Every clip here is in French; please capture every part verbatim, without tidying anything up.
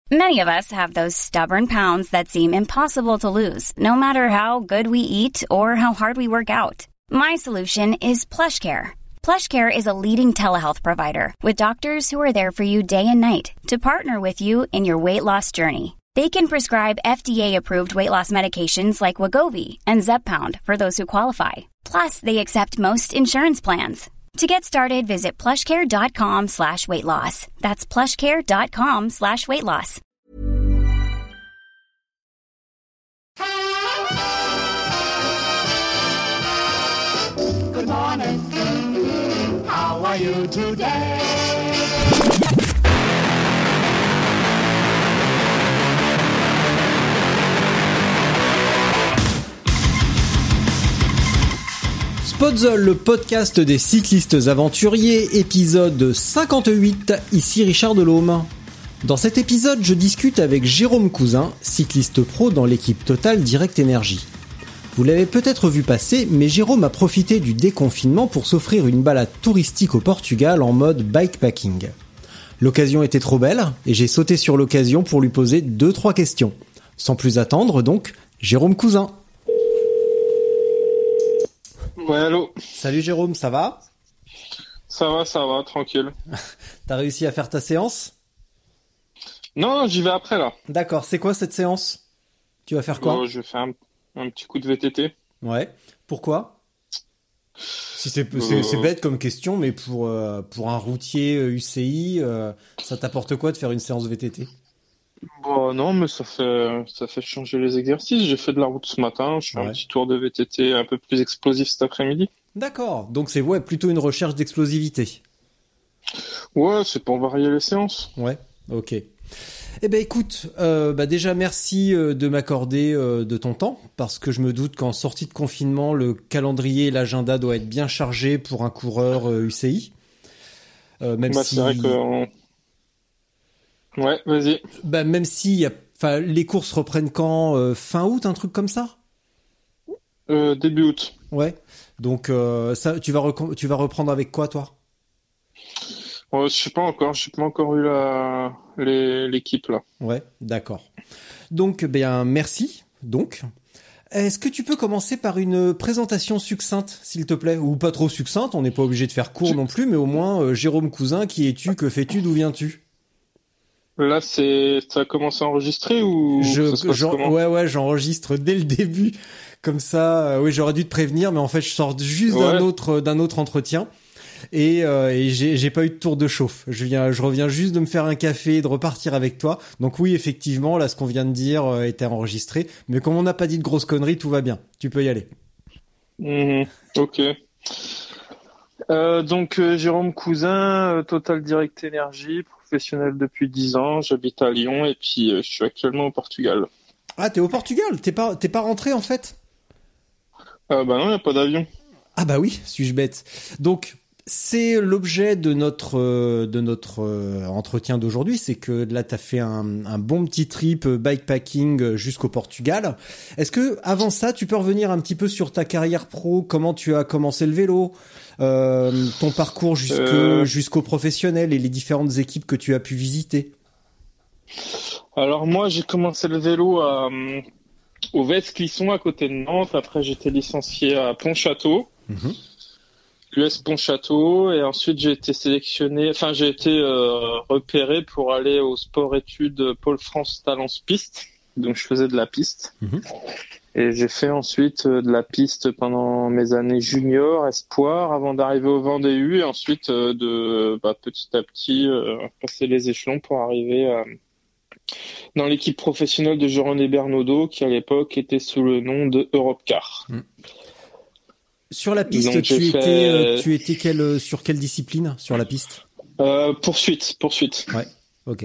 Many of us have those stubborn pounds that seem impossible to lose, no matter how good we eat or how hard we work out. My solution is PlushCare. PlushCare is a leading telehealth provider with doctors who are there for you day and night to partner with you in your weight loss journey. They can prescribe F D A-approved weight loss medications like Wegovy and Zepbound for those who qualify. Plus, they accept most insurance plans. To get started, visit plushcare.com slash weight loss. That's plushcare.com slash weight loss. Good morning. How are you today? Podzol, le podcast des cyclistes aventuriers, épisode cinquante-huit, ici Richard Delhomme. Dans cet épisode, je discute avec Jérôme Cousin, cycliste pro dans l'équipe Total Direct Energy. Vous l'avez peut-être vu passer, mais Jérôme a profité du déconfinement pour s'offrir une balade touristique au Portugal en mode bikepacking. L'occasion était trop belle, et j'ai sauté sur l'occasion pour lui poser deux trois questions. Sans plus attendre donc, Jérôme Cousin. Ouais, allô. Salut Jérôme, ça va ? Ça va, ça va, tranquille. T'as réussi à faire ta séance ? Non, j'y vais après, là. D'accord, c'est quoi cette séance ? Tu vas faire quoi ? euh, Je vais faire un, un petit coup de V T T. Ouais, pourquoi ? Si c'est, c'est, euh... c'est bête comme question, mais pour, euh, pour un routier U C I, euh, ça t'apporte quoi de faire une séance V T T ? Bon, non, mais ça fait, ça fait changer les exercices. J'ai fait de la route ce matin, je fais ouais. un petit tour de V T T un peu plus explosif cet après-midi. D'accord, donc c'est ouais, plutôt une recherche d'explosivité. Ouais, c'est pour varier les séances. Ouais, ok. Eh ben écoute, euh, bah déjà merci euh, de m'accorder euh, de ton temps, parce que je me doute qu'en sortie de confinement, le calendrier et l'agenda doivent être bien chargés pour un coureur euh, U C I. Euh, même bah, si... c'est vrai que... On... Ouais, vas-y. Bah, même si y a, enfin, les courses reprennent quand euh, fin août, un truc comme ça euh, Début août. Ouais. Donc, euh, ça, tu vas, rec- tu vas reprendre avec quoi, toi euh, Je sais pas encore. J'ai pas encore eu la... Les... l'équipe, là. Ouais, d'accord. Donc, bien, merci. Donc, est-ce que tu peux commencer par une présentation succincte, s'il te plaît ? Ou pas trop succincte, on n'est pas obligé de faire court non plus, mais au moins, euh, Jérôme Cousin, qui es-tu, que fais-tu, d'où viens-tu ? Là, c'est, ça a commencé à enregistrer ou je, ça se passe j'en... comment ? Ouais, ouais, j'enregistre dès le début. Comme ça, euh, oui, j'aurais dû te prévenir, mais en fait, je sors juste ouais. d'un autre, d'un autre entretien. Et, euh, et j'ai, j'ai pas eu de tour de chauffe. Je viens, je reviens juste de me faire un café et de repartir avec toi. Donc oui, effectivement, là, ce qu'on vient de dire euh, était enregistré. Mais comme on n'a pas dit de grosses conneries, tout va bien. Tu peux y aller. Mmh, ok. Euh, donc, euh, Jérôme Cousin, euh, Total Direct Energy, professionnel depuis dix ans, j'habite à Lyon et puis euh, je suis actuellement au Portugal. Ah, t'es au Portugal ? T'es pas, t'es pas rentré en fait ? euh, Bah non, y a pas d'avion. Ah bah oui, suis-je bête. Donc, c'est l'objet de notre, euh, de notre euh, entretien d'aujourd'hui, c'est que là, t'as fait un, un bon petit trip bikepacking jusqu'au Portugal. Est-ce que, avant ça, tu peux revenir un petit peu sur ta carrière pro, comment tu as commencé le vélo ? Euh, ton parcours jusque, euh... jusqu'au professionnel et les différentes équipes que tu as pu visiter. Alors moi, j'ai commencé le vélo à, euh, au Vets-Clisson à côté de Nantes. Après, j'étais licencié à Pontchâteau, mmh. l'U S Pontchâteau, et ensuite j'ai été sélectionné, enfin j'ai été euh, repéré pour aller au sport-études Pôle France Talence Piste. Donc je faisais de la piste. Mmh. Et j'ai fait ensuite de la piste pendant mes années junior, espoir, avant d'arriver au Vendée U, et ensuite euh, de bah, petit à petit euh, passer les échelons pour arriver euh, dans l'équipe professionnelle de Jérôme Bernaudot, qui à l'époque était sous le nom de Europcar. Mmh. Sur la piste, Donc, tu, étais, fait... euh, tu étais quelle, sur quelle discipline sur la piste ? euh, Poursuite, poursuite. Ouais, ok.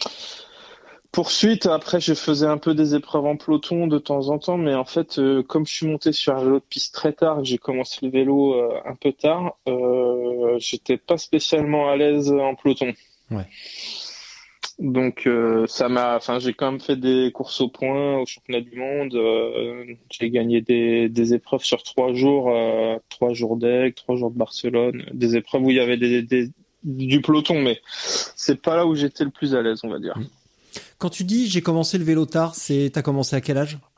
Poursuite, après je faisais un peu des épreuves en peloton de temps en temps, mais en fait, euh, comme je suis monté sur un vélo de piste très tard, j'ai commencé le vélo euh, un peu tard, euh, j'étais pas spécialement à l'aise en peloton. Ouais. Donc euh, ça m'a, enfin j'ai quand même fait des courses au point au championnat du monde. Euh, j'ai gagné des, des épreuves sur trois jours, euh, trois jours d'Aigues, trois jours de Barcelone, des épreuves où il y avait des, des, du peloton, mais c'est pas là où j'étais le plus à l'aise, on va dire. Quand tu dis j'ai commencé le vélo tard, c'est t'as commencé à quel âge?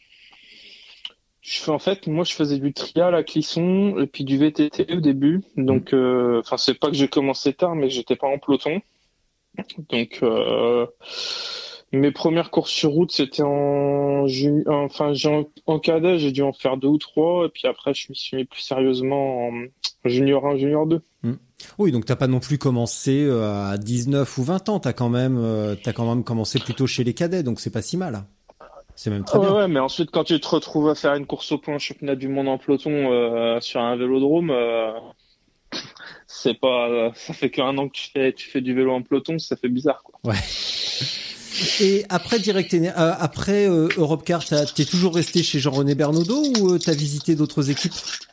Je fais en fait, moi je faisais du trial à Clisson et puis du V T T au début. Donc, euh, enfin c'est pas que j'ai commencé tard, mais j'étais pas en peloton. Donc, euh, mes premières courses sur route c'était en junior, enfin j'ai en, en cadet, j'ai dû en faire deux ou trois, et puis après je m'y suis mis plus sérieusement en junior un, junior deux. Mmh. Oui, donc t'as pas non plus commencé à dix-neuf ou vingt ans, t'as quand même, euh, t'as quand même commencé plutôt chez les cadets, donc c'est pas si mal. C'est même très ouais, bien. Ouais, mais ensuite, quand tu te retrouves à faire une course au point championnat du monde en peloton euh, sur un vélodrome, euh, c'est pas, euh, ça fait qu'un an que tu fais, tu fais du vélo en peloton, ça fait bizarre, quoi. Ouais. Et après Direct Éner- euh, après euh, Europcar, t'as, t'es toujours resté chez Jean-René Bernaudot ou euh, t'as visité d'autres équipes?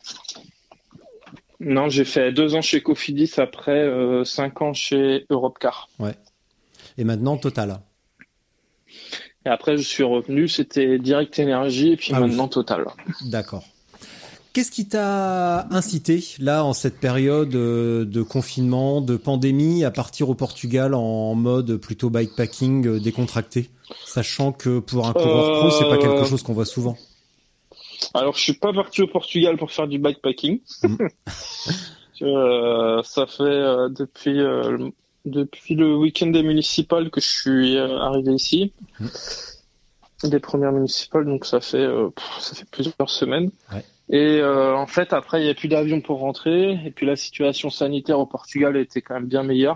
Non, j'ai fait deux ans chez Cofidis, après euh, cinq ans chez Europcar. Ouais. Et maintenant Total. Et après, je suis revenu, c'était Direct Énergie, et puis Ah maintenant oui. Total. D'accord. Qu'est-ce qui t'a incité, là, en cette période de confinement, de pandémie, à partir au Portugal en mode plutôt bikepacking décontracté, sachant que pour un coureur pro, c'est pas quelque chose qu'on voit souvent? Alors, je suis pas parti au Portugal pour faire du bikepacking. Mmh. euh, ça fait euh, depuis euh, depuis le week-end des municipales que je suis euh, arrivé ici. Mmh. Des premières municipales, donc ça fait euh, pff, ça fait plusieurs semaines. Ouais. Et euh, en fait, après, il n'y a plus d'avion pour rentrer. Et puis la situation sanitaire au Portugal était quand même bien meilleure.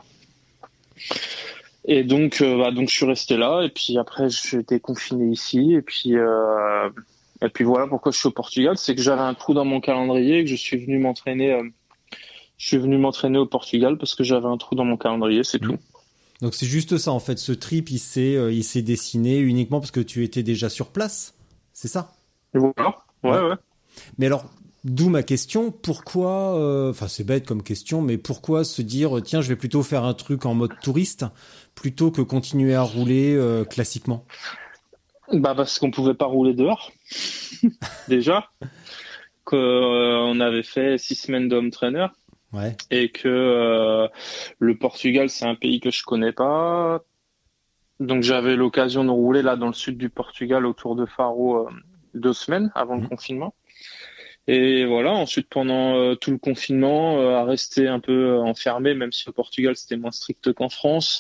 Et donc, euh, bah, donc je suis resté là. Et puis après, j'ai été confiné ici. Et puis, euh, et puis voilà pourquoi je suis au Portugal. C'est que j'avais un trou dans mon calendrier et que je suis venu m'entraîner. Euh, je suis venu m'entraîner au Portugal parce que j'avais un trou dans mon calendrier, c'est mmh. tout. Donc c'est juste ça, en fait. Ce trip, il s'est, euh, il s'est dessiné uniquement parce que tu étais déjà sur place. C'est ça? Voilà. Ouais, ouais. ouais. Mais alors, d'où ma question, pourquoi, enfin euh, c'est bête comme question, mais pourquoi se dire, tiens, je vais plutôt faire un truc en mode touriste, plutôt que continuer à rouler euh, classiquement? Bah parce qu'on pouvait pas rouler dehors, déjà, qu'on euh, avait fait six semaines de home trainer, ouais. Et que euh, le Portugal, c'est un pays que je connais pas, donc j'avais l'occasion de rouler là dans le sud du Portugal autour de Faro euh, deux semaines avant mmh. le confinement. Et voilà, ensuite pendant euh, tout le confinement, euh, à rester un peu euh, enfermé, même si au Portugal c'était moins strict qu'en France,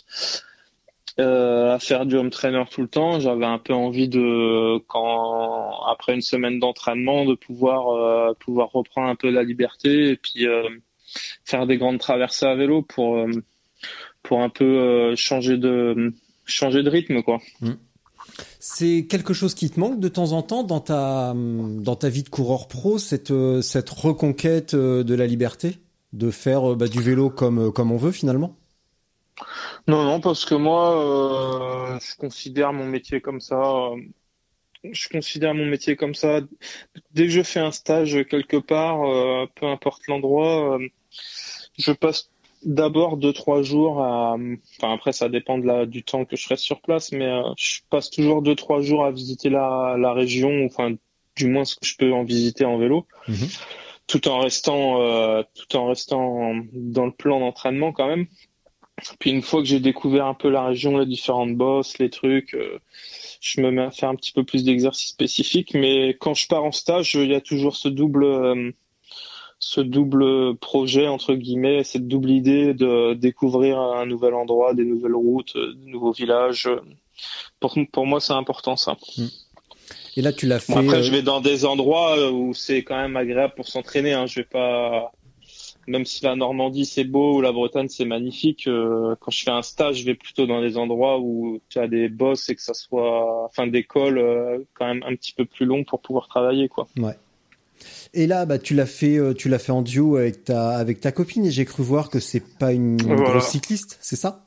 euh, à faire du home trainer tout le temps. J'avais un peu envie de, quand après une semaine d'entraînement, de pouvoir euh, pouvoir reprendre un peu la liberté et puis euh, faire des grandes traversées à vélo pour euh, pour un peu euh, changer de changer de rythme, quoi. Mmh. C'est quelque chose qui te manque de temps en temps dans ta dans ta vie de coureur pro, cette cette reconquête de la liberté, de faire bah, du vélo comme comme on veut finalement? Non non, parce que moi euh, je considère mon métier comme ça. Euh, je considère mon métier comme ça. Dès que je fais un stage quelque part, euh, peu importe l'endroit, euh, je passe d'abord deux trois jours à, enfin après ça dépend de la du temps que je reste sur place, mais euh, je passe toujours deux trois jours à visiter la la région, enfin du moins ce que je peux en visiter en vélo, mmh. tout en restant euh, tout en restant dans le plan d'entraînement quand même. Puis une fois que j'ai découvert un peu la région, les différentes bosses, les trucs, euh, je me mets à faire un petit peu plus d'exercices spécifiques. Mais quand je pars en stage, il y a toujours ce double euh, ce double projet, entre guillemets, cette double idée de découvrir un nouvel endroit, des nouvelles routes, des nouveaux villages. Pour, pour moi, c'est important, ça. Et là, tu l'as fait... Bon, après, euh... je vais dans des endroits où c'est quand même agréable pour s'entraîner. Hein. Je vais pas... Même si la Normandie, c'est beau, ou la Bretagne, c'est magnifique, euh, quand je fais un stage, je vais plutôt dans des endroits où tu as des bosses et que ça soit... Enfin, des cols euh, quand même un petit peu plus longs pour pouvoir travailler, quoi. Ouais. Et là, bah, tu l'as fait, tu l'as fait en duo avec ta, avec ta copine, et j'ai cru voir que c'est pas une, une voilà. grosse cycliste, c'est ça?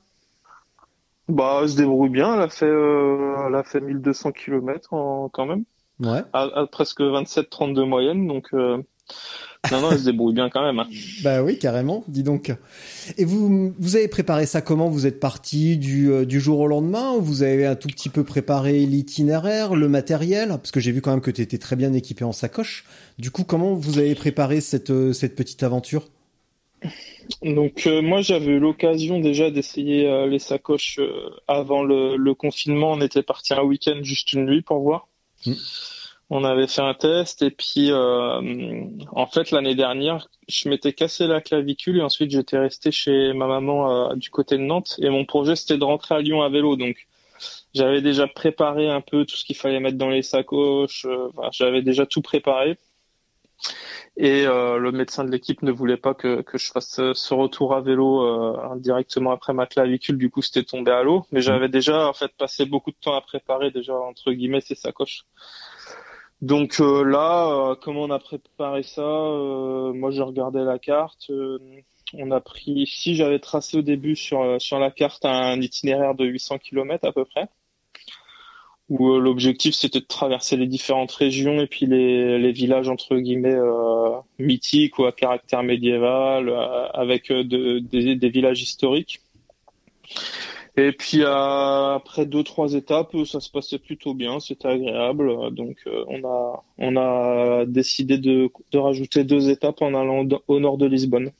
Bah, elle se débrouille bien. Elle a fait, euh, elle a fait mille deux cents kilomètres en, quand même. Ouais. À, à presque vingt-sept trente de moyenne, donc. Euh... Non, non, elle se débrouille bien quand même. Hein. Bah oui, carrément, dis donc. Et vous, vous avez préparé ça comment? Vous êtes parti du, euh, du jour au lendemain, ou vous avez un tout petit peu préparé l'itinéraire, le matériel? Parce que j'ai vu quand même que tu étais très bien équipé en sacoche. Du coup, comment vous avez préparé cette, euh, cette petite aventure? Donc euh, moi j'avais eu l'occasion déjà d'essayer euh, les sacoches euh, avant le, le confinement. On était parti un week-end juste une nuit pour voir. Mmh. On avait fait un test et puis euh, en fait l'année dernière je m'étais cassé la clavicule et ensuite j'étais resté chez ma maman euh, du côté de Nantes et mon projet c'était de rentrer à Lyon à vélo. Donc j'avais déjà préparé un peu tout ce qu'il fallait mettre dans les sacoches. Euh, enfin, j'avais déjà tout préparé. Et euh, le médecin de l'équipe ne voulait pas que, que je fasse ce retour à vélo euh, directement après ma clavicule. Du coup, c'était tombé à l'eau. Mais j'avais déjà en fait passé beaucoup de temps à préparer déjà entre guillemets ces sacoches. Donc euh, là, euh, comment on a préparé ça euh, Moi, j'ai regardé la carte. Euh, on a pris ici, j'avais tracé au début sur sur la carte un itinéraire de huit cents kilomètres à peu près, où euh, l'objectif c'était de traverser les différentes régions et puis les, les villages entre guillemets euh, mythiques ou à caractère médiéval, euh, avec euh, de, des, des villages historiques. Et puis euh, après deux trois étapes, ça se passait plutôt bien, c'était agréable. Donc euh, on a on a décidé de, de rajouter deux étapes en allant au nord de Lisbonne.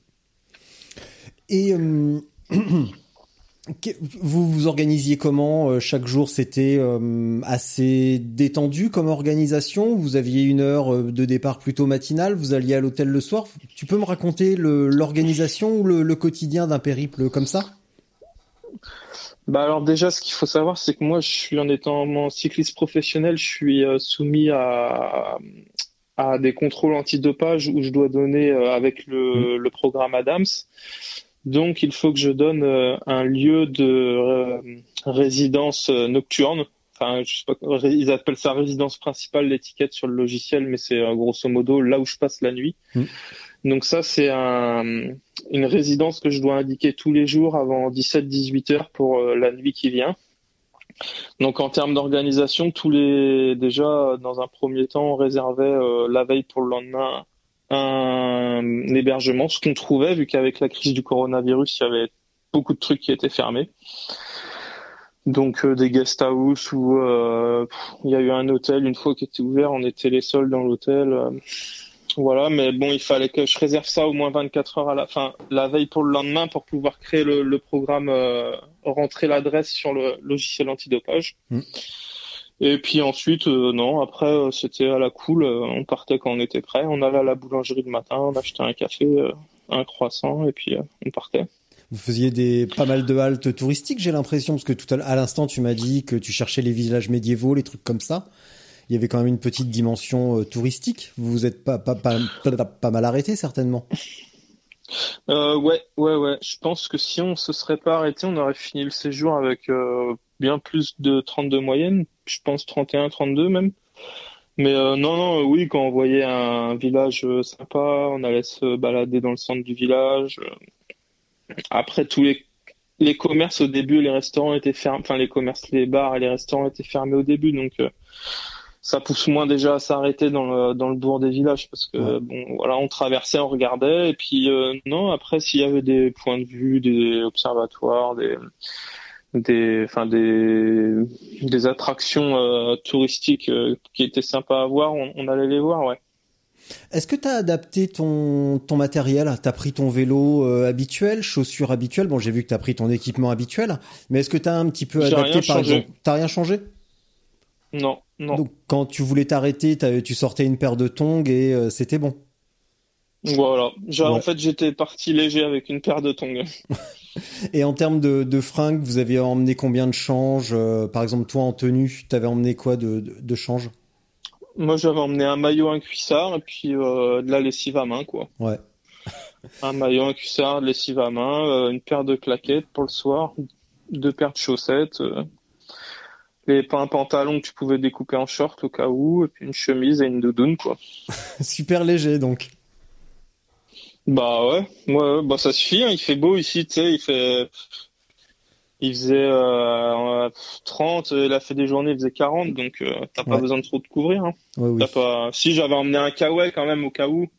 Et euh... vous vous organisiez comment chaque jour? C'était euh, assez détendu comme organisation? Vous aviez une heure de départ plutôt matinale? Vous alliez à l'hôtel le soir? Tu peux me raconter le, l'organisation ou le, le quotidien d'un périple comme ça? Bah alors déjà, ce qu'il faut savoir, c'est que moi, je suis en étant cycliste professionnel, je suis euh, soumis à, à des contrôles antidopage où je dois donner euh, avec le, mmh. le programme Adams. Donc, il faut que je donne euh, un lieu de euh, résidence euh, nocturne. Enfin, je sais pas, ils appellent ça résidence principale, l'étiquette sur le logiciel, mais c'est euh, grosso modo là où je passe la nuit. Mmh. Donc ça, c'est un, une résidence que je dois indiquer tous les jours avant dix-sept à dix-huit heures pour euh, la nuit qui vient. Donc en termes d'organisation, tous les déjà dans un premier temps, on réservait euh, la veille pour le lendemain un, un hébergement, ce qu'on trouvait vu qu'avec la crise du coronavirus, il y avait beaucoup de trucs qui étaient fermés. Donc euh, des guest house où euh, il y a eu un hôtel une fois qui était ouvert, on était les seuls dans l'hôtel. Euh, Voilà, mais bon, il fallait que je réserve ça au moins vingt-quatre heures à la fin, la veille pour le lendemain pour pouvoir créer le, le programme, euh, rentrer l'adresse sur le logiciel antidopage. Mmh. Et puis ensuite, euh, non, après, euh, c'était à la cool, euh, on partait quand on était prêt, on allait à la boulangerie le matin, on achetait un café, euh, un croissant, et puis euh, on partait. Vous faisiez des pas mal de haltes touristiques, j'ai l'impression, parce que tout à, à l'instant, tu m'as dit que tu cherchais les villages médiévaux, les trucs comme ça. Il y avait quand même une petite dimension euh, touristique. Vous vous êtes pas, pas, pas, pas, pas mal arrêté, certainement. Euh, ouais, ouais, ouais. Je pense que si on se serait pas arrêté, on aurait fini le séjour avec euh, bien plus de trente-deux moyenne. Je pense trente et un, trente-deux même. Mais euh, non, non, oui, quand on voyait un village sympa, on allait se balader dans le centre du village. Après, tous les les commerces au début, les restaurants étaient fermés. Enfin, les commerces, les bars et les restaurants étaient fermés au début, donc. Euh, ça pousse moins déjà à s'arrêter dans le dans le bourg des villages parce que ouais. bon voilà on traversait, on regardait et puis euh, non après s'il y avait des points de vue, des observatoires, des des enfin des des attractions euh, touristiques euh, qui étaient sympas à voir, on, on allait les voir, ouais. Est-ce que tu as adapté ton ton matériel? Tu as pris ton vélo euh, habituel, chaussures habituelles? Bon, j'ai vu que tu as pris ton équipement habituel, mais est-ce que tu as un petit peu J'ai adapté rien par changé. exemple? T'as rien changé? Non, non. Donc quand tu voulais t'arrêter, tu sortais une paire de tongs et euh, c'était bon. Voilà. Ouais. En fait, j'étais parti léger avec une paire de tongs. Et en termes de, de fringues, vous avez emmené combien de changes? euh, Par exemple, toi en tenue, t'avais emmené quoi de, de, de change? Moi, j'avais emmené un maillot, un cuissard et puis euh, de la lessive à main, quoi. Ouais. Un maillot, un cuissard, de lessive à main, euh, une paire de claquettes pour le soir, deux paires de chaussettes. Euh... Et pas un pantalon que tu pouvais découper en short au cas où, et puis une chemise et une doudoune, quoi. Super léger, donc. Bah ouais, ouais, bah ça suffit, hein. Il fait beau ici, tu sais, il fait... Il faisait euh, trente, il a fait des journées, il faisait quarante, donc euh, t'as pas ouais. besoin de trop te couvrir. Hein. Ouais, oui. T'as pas... Si, j'avais emmené un kawaii quand même au cas où.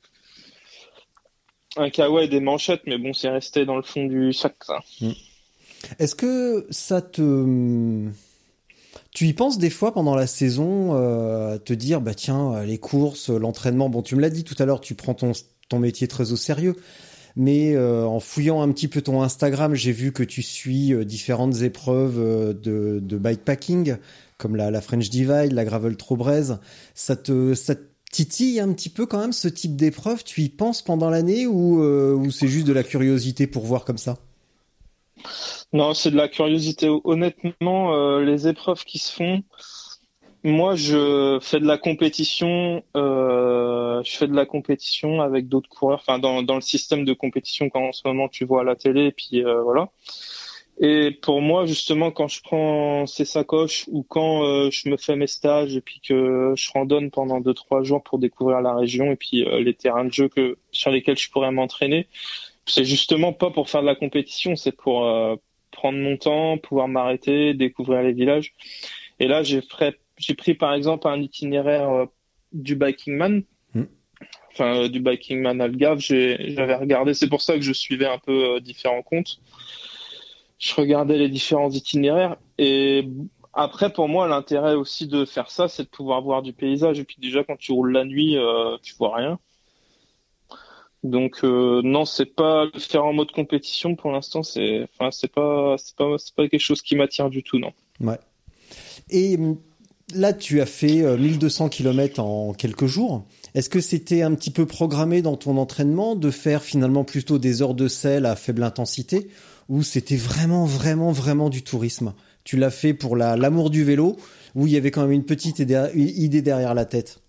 Un kawaii et des manchettes, mais bon, c'est resté dans le fond du sac, ça. Mmh. Est-ce que ça te... Tu y penses des fois pendant la saison, euh, te dire, bah tiens, les courses, l'entraînement, bon, tu me l'as dit tout à l'heure, tu prends ton, ton métier très au sérieux, mais euh, en fouillant un petit peu ton Instagram, j'ai vu que tu suis euh, différentes épreuves euh, de, de bikepacking, comme la, la French Divide, la Gravel Trobrez. Ça te, ça te titille un petit peu quand même ce type d'épreuve? Tu y penses pendant l'année ou, euh, ou c'est juste de la curiosité pour voir comme ça? Non, c'est de la curiosité. Honnêtement, euh, les épreuves qui se font, moi, je fais de la compétition. Euh, je fais de la compétition avec d'autres coureurs. Enfin, dans dans le système de compétition qu'en ce moment tu vois à la télé, et puis euh, voilà. Et pour moi, justement, quand je prends ces sacoches ou quand euh, je me fais mes stages et puis que je randonne pendant deux trois jours pour découvrir la région et puis euh, les terrains de jeu que sur lesquels je pourrais m'entraîner, c'est justement pas pour faire de la compétition, c'est pour euh, prendre mon temps, pouvoir m'arrêter, découvrir les villages. Et là, j'ai pris, j'ai pris par exemple un itinéraire euh, du Biking Man, mmh. enfin euh, du Biking Man Algarve. J'ai, j'avais regardé, c'est pour ça que je suivais un peu euh, différents comptes. Je regardais les différents itinéraires et après, pour moi, l'intérêt aussi de faire ça, c'est de pouvoir voir du paysage. Et puis déjà, quand tu roules la nuit, euh, tu vois rien. Donc euh, non, c'est pas le faire en mode compétition pour l'instant. C'est, enfin, c'est pas, c'est pas, c'est pas quelque chose qui m'attire du tout, non. Ouais. Et là, tu as fait mille deux cents kilomètres en quelques jours. Est-ce que c'était un petit peu programmé dans ton entraînement de faire finalement plutôt des heures de selle à faible intensité, ou c'était vraiment, vraiment, vraiment du tourisme? Tu l'as fait pour la, l'amour du vélo, ou il y avait quand même une petite idée derrière la tête?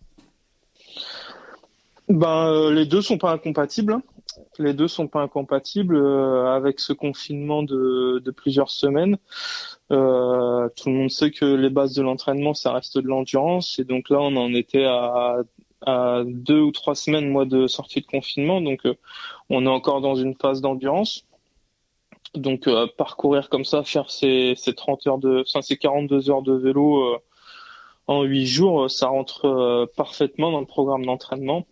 Ben, euh, les deux sont pas incompatibles. Les deux sont pas incompatibles euh, avec ce confinement de, de plusieurs semaines. Euh, tout le monde sait que les bases de l'entraînement, ça reste de l'endurance. Et donc là, on en était à, à deux ou trois semaines, moi, de sortie de confinement. Donc, euh, on est encore dans une phase d'endurance. Donc, euh, parcourir comme ça, faire ces, ces trente heures de, enfin, ces quarante-deux heures de vélo euh, en huit jours, ça rentre euh, parfaitement dans le programme d'entraînement.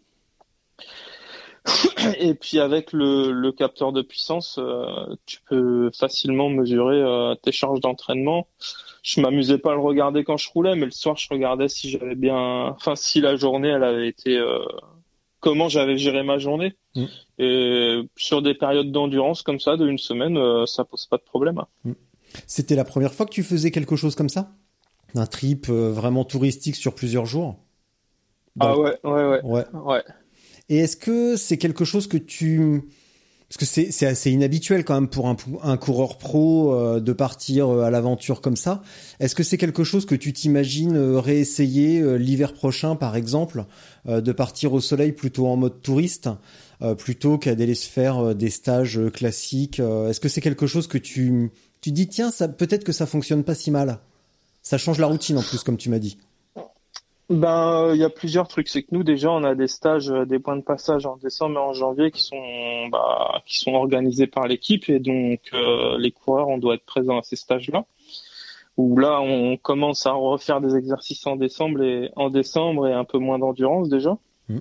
Et puis avec le, le capteur de puissance, euh, tu peux facilement mesurer euh, tes charges d'entraînement. Je m'amusais pas à le regarder quand je roulais, mais le soir je regardais si j'avais bien, enfin si la journée elle avait été, euh, comment j'avais géré ma journée. Mmh. Et sur des périodes d'endurance comme ça, de une semaine, euh, ça pose pas de problème. Mmh. C'était la première fois que tu faisais quelque chose comme ça, un trip euh, vraiment touristique sur plusieurs jours? Ah ouais, ouais, ouais, ouais. ouais. Et est-ce que c'est quelque chose que tu... Parce que c'est, c'est assez inhabituel quand même pour un, un coureur pro euh, de partir à l'aventure comme ça. Est-ce que c'est quelque chose que tu t'imagines euh, réessayer euh, l'hiver prochain, par exemple, euh, de partir au soleil plutôt en mode touriste, euh, plutôt qu'à d'aller se faire euh, des stages euh, classiques? euh, Est-ce que c'est quelque chose que tu, tu dis, tiens, ça, peut-être que ça fonctionne pas si mal? Ça change la routine en plus, comme tu m'as dit. Ben, il euh, y a plusieurs trucs. C'est que nous, déjà, on a des stages, euh, des points de passage en décembre et en janvier qui sont, bah, qui sont organisés par l'équipe, et donc euh, les coureurs, on doit être présents à ces stages-là. Où là, on commence à refaire des exercices en décembre et en décembre et un peu moins d'endurance déjà. Mmh.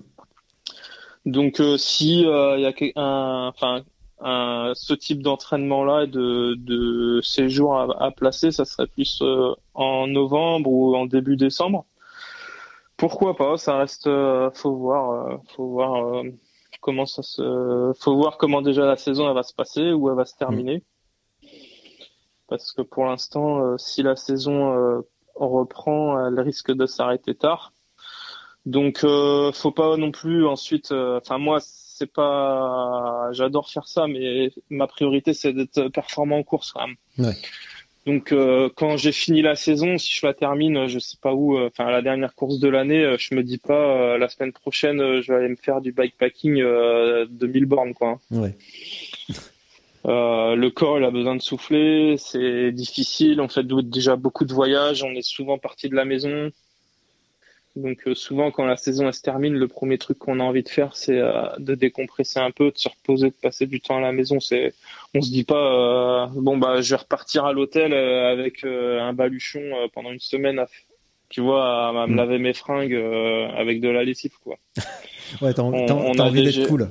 Donc, euh, si il euh, y a un, enfin, un, ce type d'entraînement-là, de, de séjour à, à placer, ça serait plus euh, en novembre ou en début décembre. Pourquoi pas, ça reste, euh, faut voir, euh, faut voir euh, comment ça se, faut voir comment déjà la saison elle va se passer, où elle va se terminer. Mmh. Parce que pour l'instant, euh, si la saison euh, reprend, elle risque de s'arrêter tard. Donc, euh, faut pas non plus ensuite. Enfin, euh, moi, c'est pas, j'adore faire ça, mais ma priorité c'est d'être performant en course quand même. Ouais. Donc euh, quand j'ai fini la saison, si je la termine, je sais pas où, enfin euh, la dernière course de l'année, euh, je me dis pas euh, la semaine prochaine euh, je vais aller me faire du bikepacking euh, de mille bornes quoi. Ouais. Euh, le corps il a besoin de souffler, c'est difficile, on fait déjà beaucoup de voyages, on est souvent parti de la maison. Donc euh, souvent quand la saison elle se termine, le premier truc qu'on a envie de faire c'est euh, de décompresser un peu, de se reposer, de passer du temps à la maison. C'est, on se dit pas euh, bon bah je vais repartir à l'hôtel euh, avec euh, un baluchon euh, pendant une semaine, à, tu vois, à, à me mmh. laver mes fringues euh, avec de la lessive quoi. Ouais, t'as, on, t'as, on t'as envie d'être cool.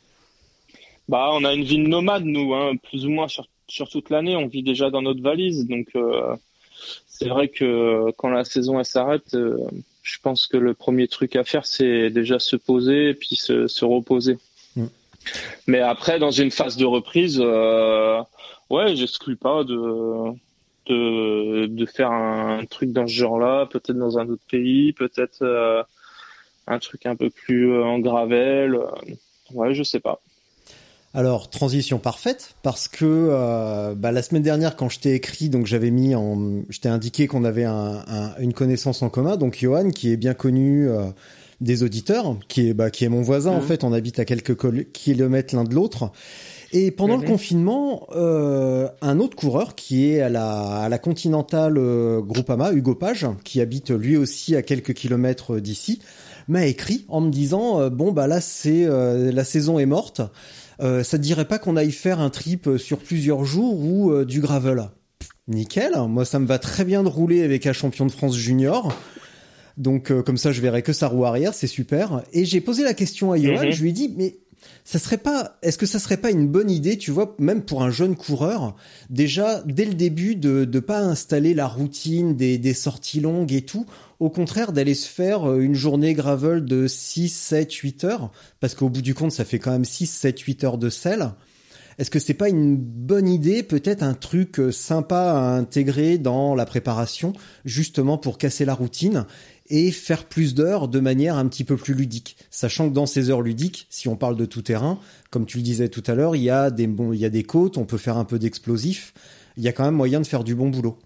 Bah on a une vie de nomade nous, hein, plus ou moins sur, sur toute l'année. On vit déjà dans notre valise, donc euh, c'est vrai que quand la saison elle s'arrête. Euh, Je pense que le premier truc à faire, c'est déjà se poser et puis se, se reposer. Mais après, dans une phase de reprise, euh, ouais, j'exclus pas de, de, de faire un, truc dans ce genre-là, peut-être dans un autre pays, peut-être euh, un truc un peu plus euh, en gravel. Ouais, je sais pas. Alors, transition parfaite, parce que euh, bah, la semaine dernière, quand je t'ai écrit, donc j'avais mis en, je t'ai indiqué qu'on avait un, un, une connaissance en commun, donc Johan, qui est bien connu euh, des auditeurs, qui est, bah, qui est mon voisin, mmh. en fait, on habite à quelques col- kilomètres l'un de l'autre. Et pendant mmh. le confinement, euh, un autre coureur qui est à la, à la Continental euh, Groupama, Hugo Page, qui habite lui aussi à quelques kilomètres d'ici, m'a écrit en me disant euh, bon bah là c'est euh, la saison est morte. Euh, ça te dirait pas qu'on aille faire un trip sur plusieurs jours ou euh, du gravel? Nickel, moi ça me va très bien de rouler avec un champion de France junior. Donc euh, comme ça je verrai que sa roue arrière, c'est super. Et j'ai posé la question à Johan, mm-hmm. je lui ai dit mais ça serait pas, est-ce que ça serait pas une bonne idée, tu vois, même pour un jeune coureur, déjà dès le début de de pas installer la routine des des sorties longues et tout, au contraire d'aller se faire une journée gravel de six, sept, huit heures, parce qu'au bout du compte ça fait quand même six, sept, huit heures de selle. Est-ce que c'est pas une bonne idée, peut-être un truc sympa à intégrer dans la préparation, justement pour casser la routine et faire plus d'heures de manière un petit peu plus ludique, sachant que dans ces heures ludiques, si on parle de tout terrain, comme tu le disais tout à l'heure, il y a des bon, il y a des côtes, on peut faire un peu d'explosif, il y a quand même moyen de faire du bon boulot.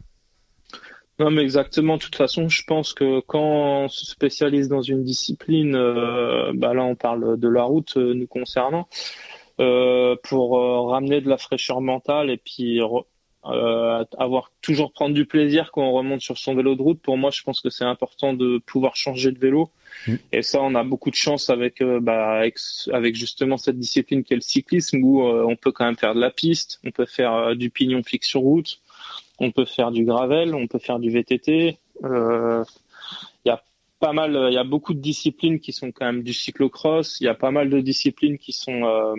Non, mais exactement. De toute façon, je pense que quand on se spécialise dans une discipline, euh, bah là, on parle de la route euh, nous concernant, euh, pour euh, ramener de la fraîcheur mentale et puis euh, avoir toujours prendre du plaisir quand on remonte sur son vélo de route. Pour moi, je pense que c'est important de pouvoir changer de vélo. Mmh. Et ça, on a beaucoup de chance avec, euh, bah, avec, avec justement cette discipline qu'est le cyclisme, où euh, on peut quand même faire de la piste, on peut faire euh, du pignon fixe sur route. On peut faire du gravel, on peut faire du V T T. Il euh, y a pas mal, il y a beaucoup de disciplines qui sont quand même du cyclocross. Il y a pas mal de disciplines qui sont. Euh,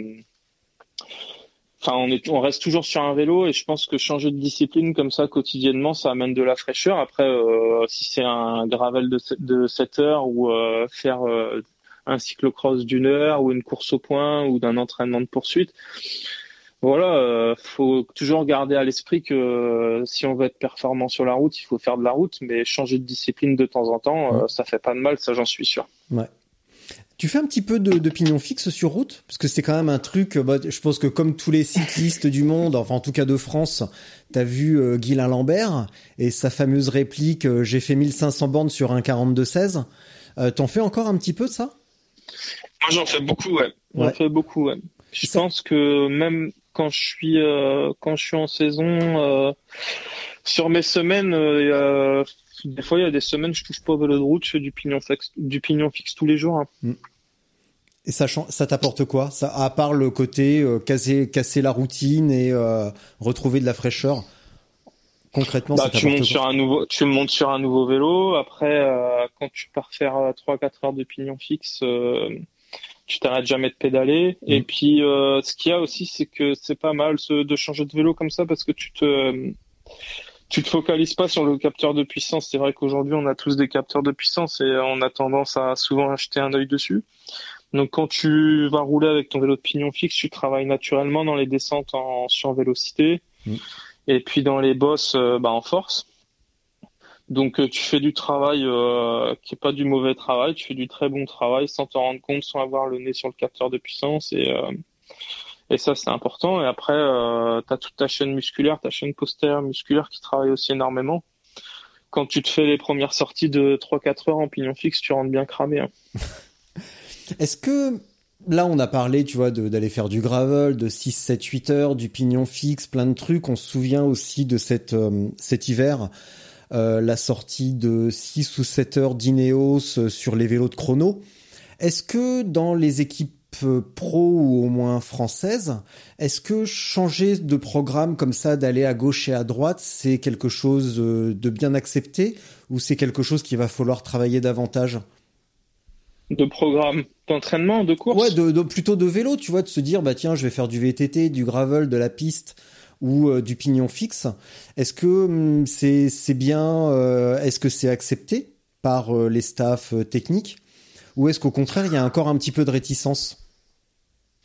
enfin, on est, on reste toujours sur un vélo et je pense que changer de discipline comme ça quotidiennement, ça amène de la fraîcheur. Après, euh, si c'est un gravel de de sept heures ou euh, faire euh, un cyclocross d'une heure ou une course au point ou d'un entraînement de poursuite. Voilà, euh, faut toujours garder à l'esprit que euh, si on veut être performant sur la route, il faut faire de la route, mais changer de discipline de temps en temps, euh, ça fait pas de mal, ça j'en suis sûr. Ouais. Tu fais un petit peu de, de pignon fixe sur route, parce que c'est quand même un truc. Bah, je pense que comme tous les cyclistes du monde, enfin en tout cas de France, t'as vu euh, Guylain Lambert et sa fameuse réplique euh, j'ai fait mille cinq cents bornes sur un quarante-deux seize. Euh, t'en fais encore un petit peu de ça? Moi j'en fais beaucoup, ouais. J'en ouais. fais beaucoup, ouais. Je ça... pense que même quand je suis euh, quand je suis en saison, euh, sur mes semaines, euh, des fois il y a des semaines je touche pas au vélo de route, je fais du pignon fixe, du pignon fixe tous les jours. Hein. Et ça, ça t'apporte quoi, ça, à part le côté euh, casser casser la routine et euh, retrouver de la fraîcheur? Concrètement, bah, ça tu montes quoi sur un nouveau, tu montes sur un nouveau vélo. Après, euh, quand tu pars faire trois quatre heures de pignon fixe. Euh, tu t'arrêtes jamais de pédaler. Mmh. Et puis, euh, ce qu'il y a aussi, c'est que c'est pas mal ce, de changer de vélo comme ça parce que tu te, euh, tu te focalises pas sur le capteur de puissance. C'est vrai qu'aujourd'hui, on a tous des capteurs de puissance et on a tendance à souvent acheter un œil dessus. Donc, quand tu vas rouler avec ton vélo de pignon fixe, tu travailles naturellement dans les descentes en survélocité mmh. et puis dans les bosses, euh, bah, en force. Donc euh, tu fais du travail euh, qui est pas du mauvais travail, tu fais du très bon travail sans t'en rendre compte, sans avoir le nez sur le capteur de puissance et euh, et ça c'est important. Et après euh, t'as toute ta chaîne musculaire, ta chaîne postérieure musculaire qui travaille aussi énormément. Quand tu te fais les premières sorties de trois quatre heures en pignon fixe, tu rentres bien cramé. Hein. Est-ce que là on a parlé, tu vois, de, d'aller faire du gravel, de six, sept, huit heures, du pignon fixe, plein de trucs. On se souvient aussi de cette euh, cet hiver. Euh, la sortie de six ou sept heures d'Ineos sur les vélos de chrono. Est-ce que dans les équipes pro ou au moins françaises, est-ce que changer de programme comme ça, d'aller à gauche et à droite, c'est quelque chose de bien accepté ou c'est quelque chose qu'il va falloir travailler davantage? De programme d'entraînement, de course? Ouais, de, de, plutôt de vélo, tu vois, de se dire, bah tiens, je vais faire du V T T, du gravel, de la piste ou euh, du pignon fixe. Est-ce que hum, c'est c'est bien euh, est-ce que c'est accepté par euh, les staffs euh, techniques ou est-ce qu'au contraire il y a encore un petit peu de réticence?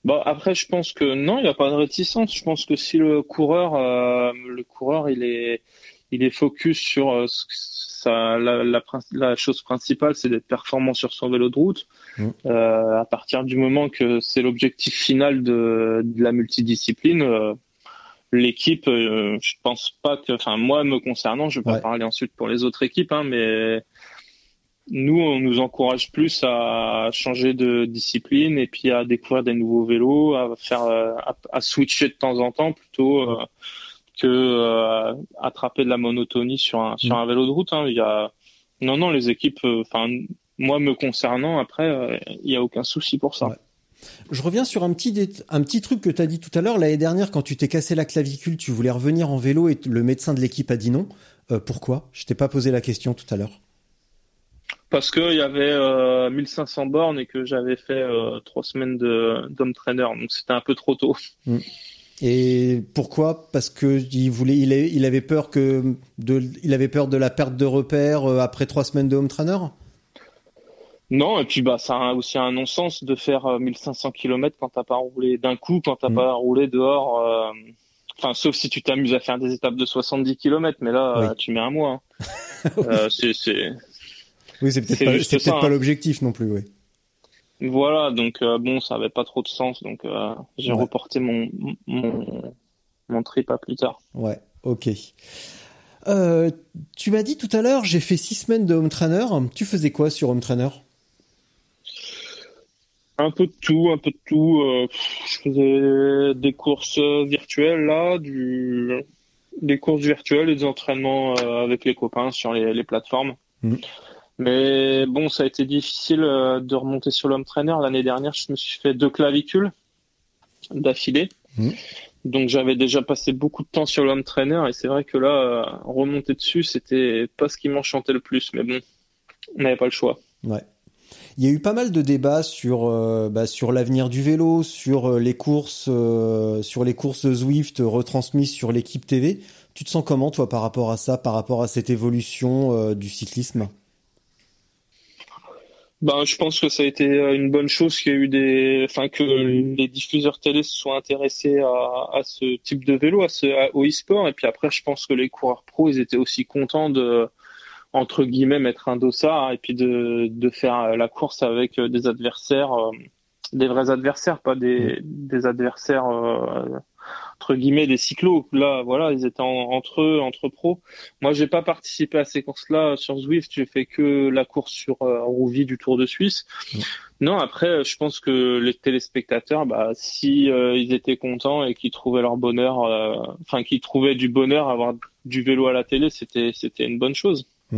Bon, après, je pense que non, il n'y a pas de réticence. Je pense que si le coureur, euh, le coureur, il est, il est focus sur euh, sa, la, la, la chose principale, c'est d'être performant sur son vélo de route. Mmh. Euh, à partir du moment que c'est l'objectif final de, de la multidiscipline, euh, l'équipe, euh, je pense pas que, enfin, moi, me concernant, je vais pas ouais. parler ensuite pour les autres équipes, hein, mais nous, on nous encourage plus à changer de discipline et puis à découvrir des nouveaux vélos, à faire, à, à switcher de temps en temps plutôt euh, que euh, attraper de la monotonie sur un sur un vélo de route. Hein. Il y a non non les équipes, enfin euh, moi me concernant, après euh, il y a aucun souci pour ça. Ouais. Je reviens sur un petit dé... un petit truc que tu as dit tout à l'heure. L'année dernière, quand tu t'es cassé la clavicule, tu voulais revenir en vélo et le médecin de l'équipe a dit non. Euh, pourquoi ? Je t'ai pas posé la question tout à l'heure. Parce que il y avait euh, mille cinq cents bornes et que j'avais fait euh, trois semaines de d'home trainer, donc c'était un peu trop tôt. Mmh. Et pourquoi ? Parce que il voulait, il, a, il avait peur que de, il avait peur de la perte de repères euh, après trois semaines de home trainer ? Non, et puis bah ça a aussi un non-sens de faire euh, mille cinq cents kilomètres quand t'as pas roulé d'un coup, quand t'as mmh. pas roulé dehors. Euh... Enfin, sauf si tu t'amuses à faire des étapes de soixante-dix kilomètres, mais là, oui. euh, tu mets un mois. Hein. oui. euh, c'est, c'est... Oui, c'est peut-être, c'est pas, c'est peut-être ça, pas hein. l'objectif non plus, oui. Voilà, donc euh, bon, ça avait pas trop de sens, donc euh, j'ai ouais. reporté mon, mon mon trip à plus tard. Ouais, ok. Euh, tu m'as dit tout à l'heure, j'ai fait six semaines de home trainer. Tu faisais quoi sur home trainer ? Un peu de tout, un peu de tout. Euh, je faisais des courses virtuelles là, du des courses virtuelles et des entraînements euh, avec les copains sur les, les plateformes. Mmh. Mais bon, ça a été difficile de remonter sur l'home trainer. L'année dernière, je me suis fait deux clavicules d'affilée. Mmh. Donc, j'avais déjà passé beaucoup de temps sur l'home trainer. Et c'est vrai que là, remonter dessus, c'était pas ce qui m'enchantait le plus. Mais bon, on n'avait pas le choix. Ouais. Il y a eu pas mal de débats sur, euh, bah, sur l'avenir du vélo, sur les courses, euh, sur les courses Zwift retransmises sur l'équipe T V. Tu te sens comment, toi, par rapport à ça, par rapport à cette évolution euh, du cyclisme ? Ben, je pense que ça a été une bonne chose qu'il y a eu des, enfin, que les diffuseurs télé se soient intéressés à, à ce type de vélo, à ce, à, au e-sport. Et puis après, je pense que les coureurs pros, ils étaient aussi contents de, entre guillemets, mettre un dossard et puis de, de faire la course avec des adversaires, euh, des vrais adversaires, pas des, des adversaires, euh, entre guillemets, des cyclos. Là, voilà, ils étaient en, entre eux, entre pros. Moi, j'ai pas participé à ces courses-là sur Zwift. J'ai fait que la course sur euh, Rouvy du Tour de Suisse. Mmh. Non, après, je pense que les téléspectateurs, bah, si euh, ils étaient contents et qu'ils trouvaient leur bonheur, euh, enfin, qu'ils trouvaient du bonheur à avoir du vélo à la télé, c'était, c'était une bonne chose. Mmh.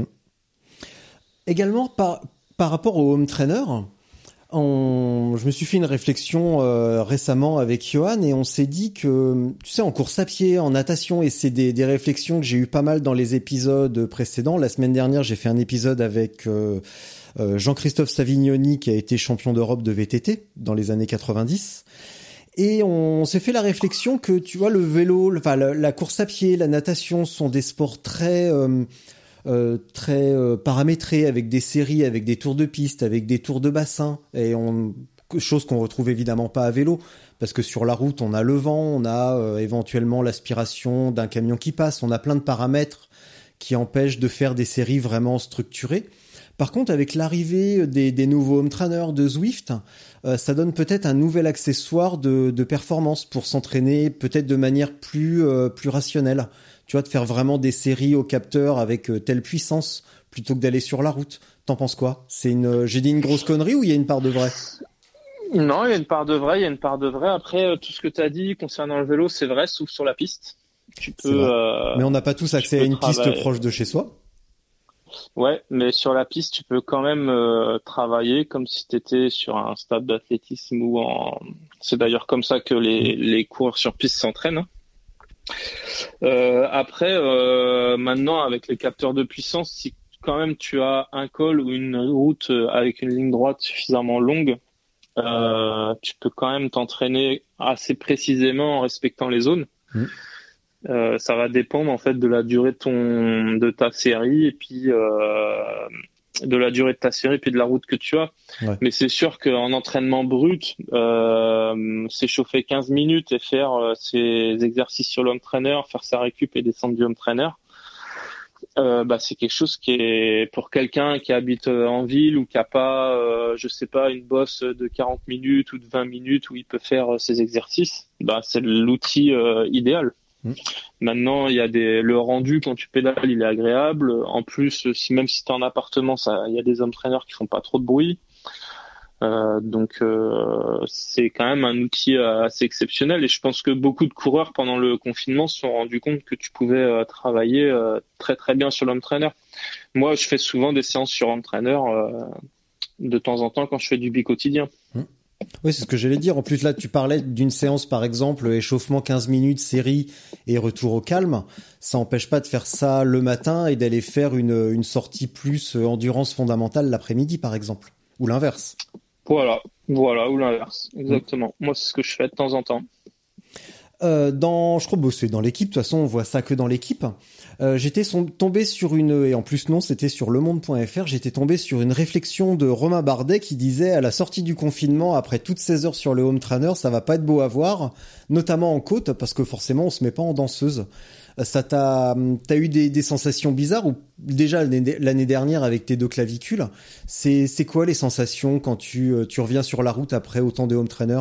Également, par, par rapport au home trainer, On... je me suis fait une réflexion euh, récemment avec Johan et on s'est dit que, tu sais, en course à pied, en natation, et c'est des, des réflexions que j'ai eu pas mal dans les épisodes précédents. La semaine dernière, j'ai fait un épisode avec euh, euh, Jean-Christophe Savignoni qui a été champion d'Europe de V T T dans les années quatre-vingt-dix. Et on s'est fait la réflexion que, tu vois, le vélo, enfin la, la course à pied, la natation sont des sports très... Euh, Euh, très euh, paramétré, avec des séries, avec des tours de piste, avec des tours de bassin, et on, chose qu'on retrouve évidemment pas à vélo, parce que sur la route on a le vent, on a euh, éventuellement l'aspiration d'un camion qui passe, on a plein de paramètres qui empêchent de faire des séries vraiment structurées. Par contre, avec l'arrivée des, des nouveaux home trainers de Zwift, euh, ça donne peut-être un nouvel accessoire de, de performance pour s'entraîner peut-être de manière plus, euh, plus rationnelle. Tu vois, de faire vraiment des séries au capteur avec euh, telle puissance plutôt que d'aller sur la route. T'en penses quoi ? C'est une, j'ai dit une grosse connerie ou il y a une part de vrai ? Non, il y a une part de vrai, il y a une part de vrai. Après, tout ce que tu as dit concernant le vélo, c'est vrai, sauf sur la piste. Tu peux. Euh, mais on n'a pas tous accès à une travailler. Piste proche de chez soi. Ouais, mais sur la piste, tu peux quand même euh, travailler comme si tu étais sur un stade d'athlétisme ou en. C'est d'ailleurs comme ça que les, les coureurs sur piste s'entraînent. Euh, après, euh, maintenant, avec les capteurs de puissance, si quand même tu as un col ou une route avec une ligne droite suffisamment longue, euh, tu peux quand même t'entraîner assez précisément en respectant les zones. Mmh. Euh, ça va dépendre en fait de la durée de ton de ta série et puis euh, de la durée de ta série puis de la route que tu as. Ouais. Mais c'est sûr qu'en entraînement brut, euh, s'échauffer quinze minutes et faire euh, ses exercices sur l'home trainer, faire sa récup et descendre du home trainer, euh, bah c'est quelque chose qui est pour quelqu'un qui habite en ville ou qui a pas, euh, je sais pas, une bosse de quarante minutes ou de vingt minutes où il peut faire euh, ses exercices. Bah c'est l'outil euh, idéal. Mmh. Maintenant, il y a des le rendu quand tu pédales, il est agréable. En plus, si même si t'es en appartement, ça, il y a des home trainers qui font pas trop de bruit. Euh, donc euh, c'est quand même un outil assez exceptionnel et je pense que beaucoup de coureurs pendant le confinement se sont rendus compte que tu pouvais euh, travailler euh, très très bien sur l'home trainer. Moi, je fais souvent des séances sur home trainer euh, de temps en temps quand je fais du bi-quotidien. Mmh. Oui, c'est ce que j'allais dire. En plus, là, tu parlais d'une séance, par exemple, échauffement quinze minutes, série et retour au calme. Ça n'empêche pas de faire ça le matin et d'aller faire une, une sortie plus endurance fondamentale l'après-midi, par exemple. Ou l'inverse. Voilà, voilà, ou l'inverse. Exactement. Mmh. Moi, c'est ce que je fais de temps en temps. Euh, dans, je crois que c'est dans l'équipe. De toute façon, on voit ça que dans l'équipe. Euh, j'étais son, tombé sur une, et en plus non, c'était sur le monde point f r. J'étais tombé sur une réflexion de Romain Bardet qui disait à la sortie du confinement, après toutes ces heures sur le home trainer, ça va pas être beau à voir, notamment en côte, parce que forcément on se met pas en danseuse. Ça t'a, t'as eu des, des sensations bizarres ou déjà l'année, l'année dernière avec tes deux clavicules, c'est, c'est quoi les sensations quand tu, tu reviens sur la route après autant de home trainer?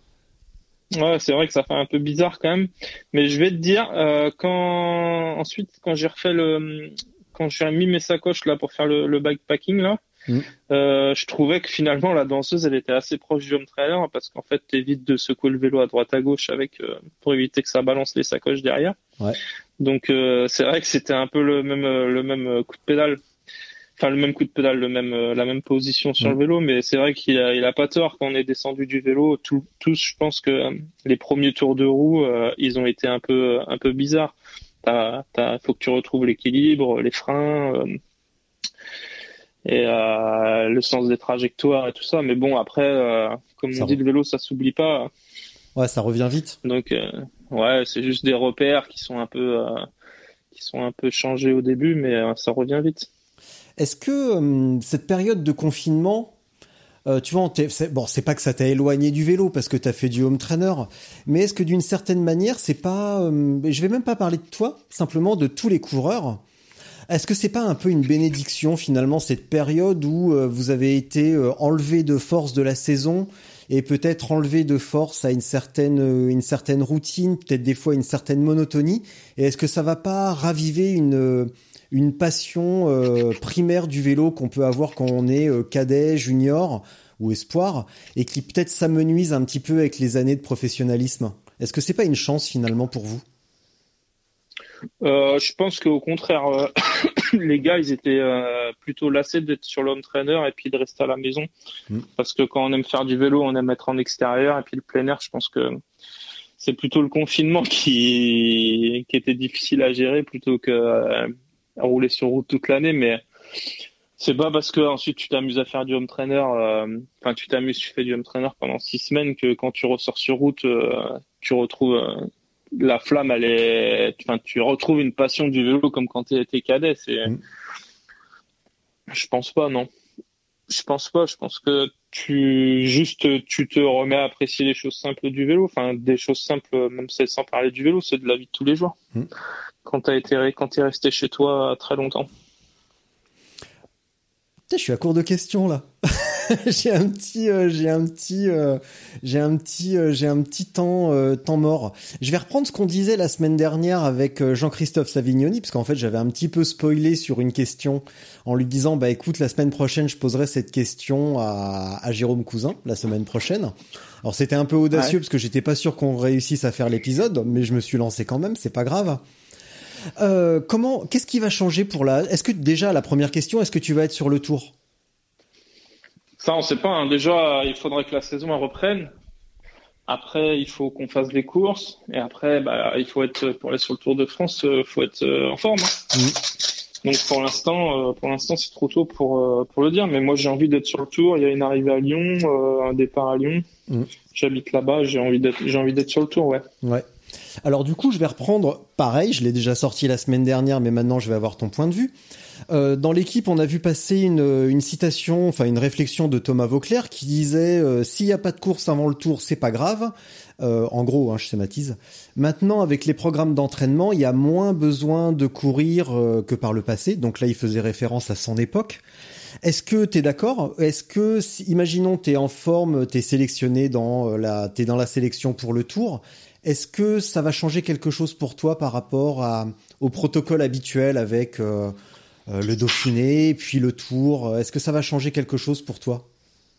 Ouais, c'est vrai que ça fait un peu bizarre quand même, mais je vais te dire euh, quand ensuite quand j'ai refait le quand j'ai mis mes sacoches là pour faire le, le bikepacking là, mmh. euh, je trouvais que finalement la danseuse elle était assez proche du home trainer parce qu'en fait t'évites de secouer le vélo à droite à gauche avec euh, pour éviter que ça balance les sacoches derrière. Ouais. Donc euh, c'est vrai que c'était un peu le même le même coup de pédale. Enfin, le même coup de pédale, le même, euh, la même position sur mmh. le vélo, mais c'est vrai qu'il a, il a pas tort quand on est descendu du vélo. Tout, tous, je pense que euh, les premiers tours de roue, euh, ils ont été un peu, un peu bizarres. T'as, t'as, faut que tu retrouves l'équilibre, les freins, euh, et euh, le sens des trajectoires et tout ça. Mais bon, après, euh, comme ça on dit, va. Le vélo, ça s'oublie pas. Ouais, ça revient vite. Donc, euh, ouais, c'est juste des repères qui sont un peu, euh, qui sont un peu changés au début, mais euh, ça revient vite. Est-ce que euh, cette période de confinement, euh, tu vois, c'est, bon, c'est pas que ça t'a éloigné du vélo parce que t'as fait du home trainer, mais est-ce que d'une certaine manière, c'est pas, euh, je vais même pas parler de toi, simplement de tous les coureurs. Est-ce que c'est pas un peu une bénédiction finalement cette période où euh, vous avez été euh, enlevé de force de la saison et peut-être enlevé de force à une certaine euh, une certaine routine, peut-être des fois une certaine monotonie. Et est-ce que ça va pas raviver une euh, une passion euh, primaire du vélo qu'on peut avoir quand on est euh, cadet, junior ou espoir, et qui peut-être s'amenuise un petit peu avec les années de professionnalisme. Est-ce que c'est pas une chance finalement pour vous ? euh, Je pense qu'au contraire, euh, les gars, ils étaient euh, plutôt lassés d'être sur l'home trainer et puis de rester à la maison. Mmh. Parce que quand on aime faire du vélo, on aime être en extérieur, et puis le plein air, je pense que c'est plutôt le confinement qui, qui était difficile à gérer plutôt que euh, à rouler sur route toute l'année, mais c'est pas parce que ensuite tu t'amuses à faire du home trainer, euh, enfin tu t'amuses, tu fais du home trainer pendant six semaines que quand tu ressors sur route, euh, tu retrouves euh, la flamme, elle est, enfin tu retrouves une passion du vélo comme quand t'es cadet. C'est, mmh. je pense pas, non. Je pense pas. Je pense que tu juste tu te remets à apprécier les choses simples du vélo, enfin des choses simples, même sans parler du vélo, c'est de la vie de tous les jours. Mmh. Quand t'as été, quand t'es resté chez toi très longtemps. Putain, je suis à court de questions là. j'ai un petit, euh, j'ai un petit, euh, j'ai un petit, euh, j'ai un petit temps, euh, temps mort. Je vais reprendre ce qu'on disait la semaine dernière avec euh, Jean-Christophe Savignoni, parce qu'en fait j'avais un petit peu spoilé sur une question en lui disant bah écoute, la semaine prochaine je poserai cette question à, à Jérôme Cousin la semaine prochaine. Alors c'était un peu audacieux ouais. parce que j'étais pas sûr qu'on réussisse à faire l'épisode, mais je me suis lancé quand même, c'est pas grave. Euh, comment, qu'est-ce qui va changer pour la, est-ce que déjà la première question, est-ce que tu vas être sur le tour? Ça, on sait pas, hein. Déjà, il faudrait que la saison elle reprenne. Après, il faut qu'on fasse des courses. Et après, bah, il faut être, pour aller sur le Tour de France, il faut être euh, en forme. Hein. Mmh. Donc, pour l'instant, euh, pour l'instant, c'est trop tôt pour, euh, pour le dire. Mais moi, j'ai envie d'être sur le Tour. Il y a une arrivée à Lyon, euh, un départ à Lyon. Mmh. J'habite là-bas. J'ai envie d'être, j'ai envie d'être sur le Tour, ouais. Ouais. Alors du coup, je vais reprendre pareil, je l'ai déjà sorti la semaine dernière, mais maintenant je vais avoir ton point de vue. Euh, dans l'équipe, on a vu passer une, une citation, enfin une réflexion de Thomas Vauclair qui disait euh, s'il n'y a pas de course avant le tour, c'est pas grave. Euh, en gros, hein, je schématise. Maintenant, avec les programmes d'entraînement, il y a moins besoin de courir euh, que par le passé. Donc là, il faisait référence à son époque. Est-ce que t'es d'accord ? Est-ce que, si, imaginons, t'es en forme, t'es sélectionné dans la, t'es dans la sélection pour le tour. Est-ce que ça va changer quelque chose pour toi par rapport à, au protocole habituel avec euh, euh, le Dauphiné, puis le Tour ? Est-ce que ça va changer quelque chose pour toi ?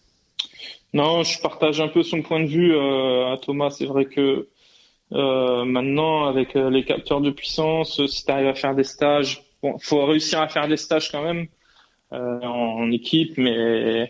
Non, je partage un peu son point de vue euh, à Thomas. C'est vrai que euh, maintenant, avec euh, les capteurs de puissance, si tu arrives à faire des stages, bon, faut réussir à faire des stages quand même euh, en, en équipe, mais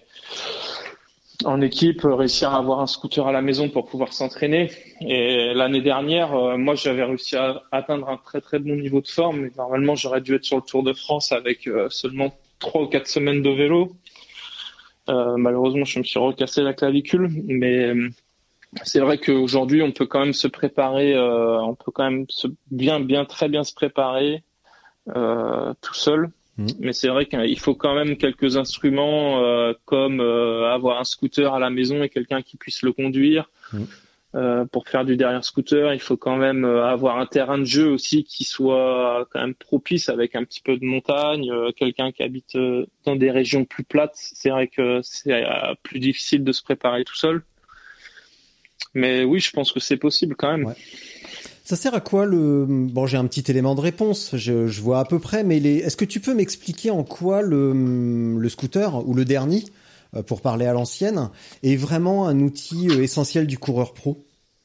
en équipe, réussir à avoir un scooter à la maison pour pouvoir s'entraîner. Et l'année dernière, euh, moi, j'avais réussi à atteindre un très très bon niveau de forme. Mais normalement, j'aurais dû être sur le Tour de France avec euh, seulement trois ou quatre semaines de vélo. Euh, malheureusement, je me suis recassé la clavicule. Mais euh, c'est vrai qu'aujourd'hui, on peut quand même se préparer. Euh, on peut quand même se bien, bien, très bien se préparer euh, tout seul. Mais c'est vrai qu'il faut quand même quelques instruments euh, comme euh, avoir un scooter à la maison et quelqu'un qui puisse le conduire. Mmh. Euh, pour faire du derrière scooter, il faut quand même euh, avoir un terrain de jeu aussi qui soit quand même propice avec un petit peu de montagne. Euh, quelqu'un qui habite euh, dans des régions plus plates, c'est vrai que c'est euh, plus difficile de se préparer tout seul. Mais oui, je pense que c'est possible quand même. Ouais. Ça sert à quoi le... Bon, j'ai un petit élément de réponse, je, je vois à peu près, mais les... est-ce que tu peux m'expliquer en quoi le, le scooter ou le dernier, pour parler à l'ancienne, est vraiment un outil essentiel du coureur pro ?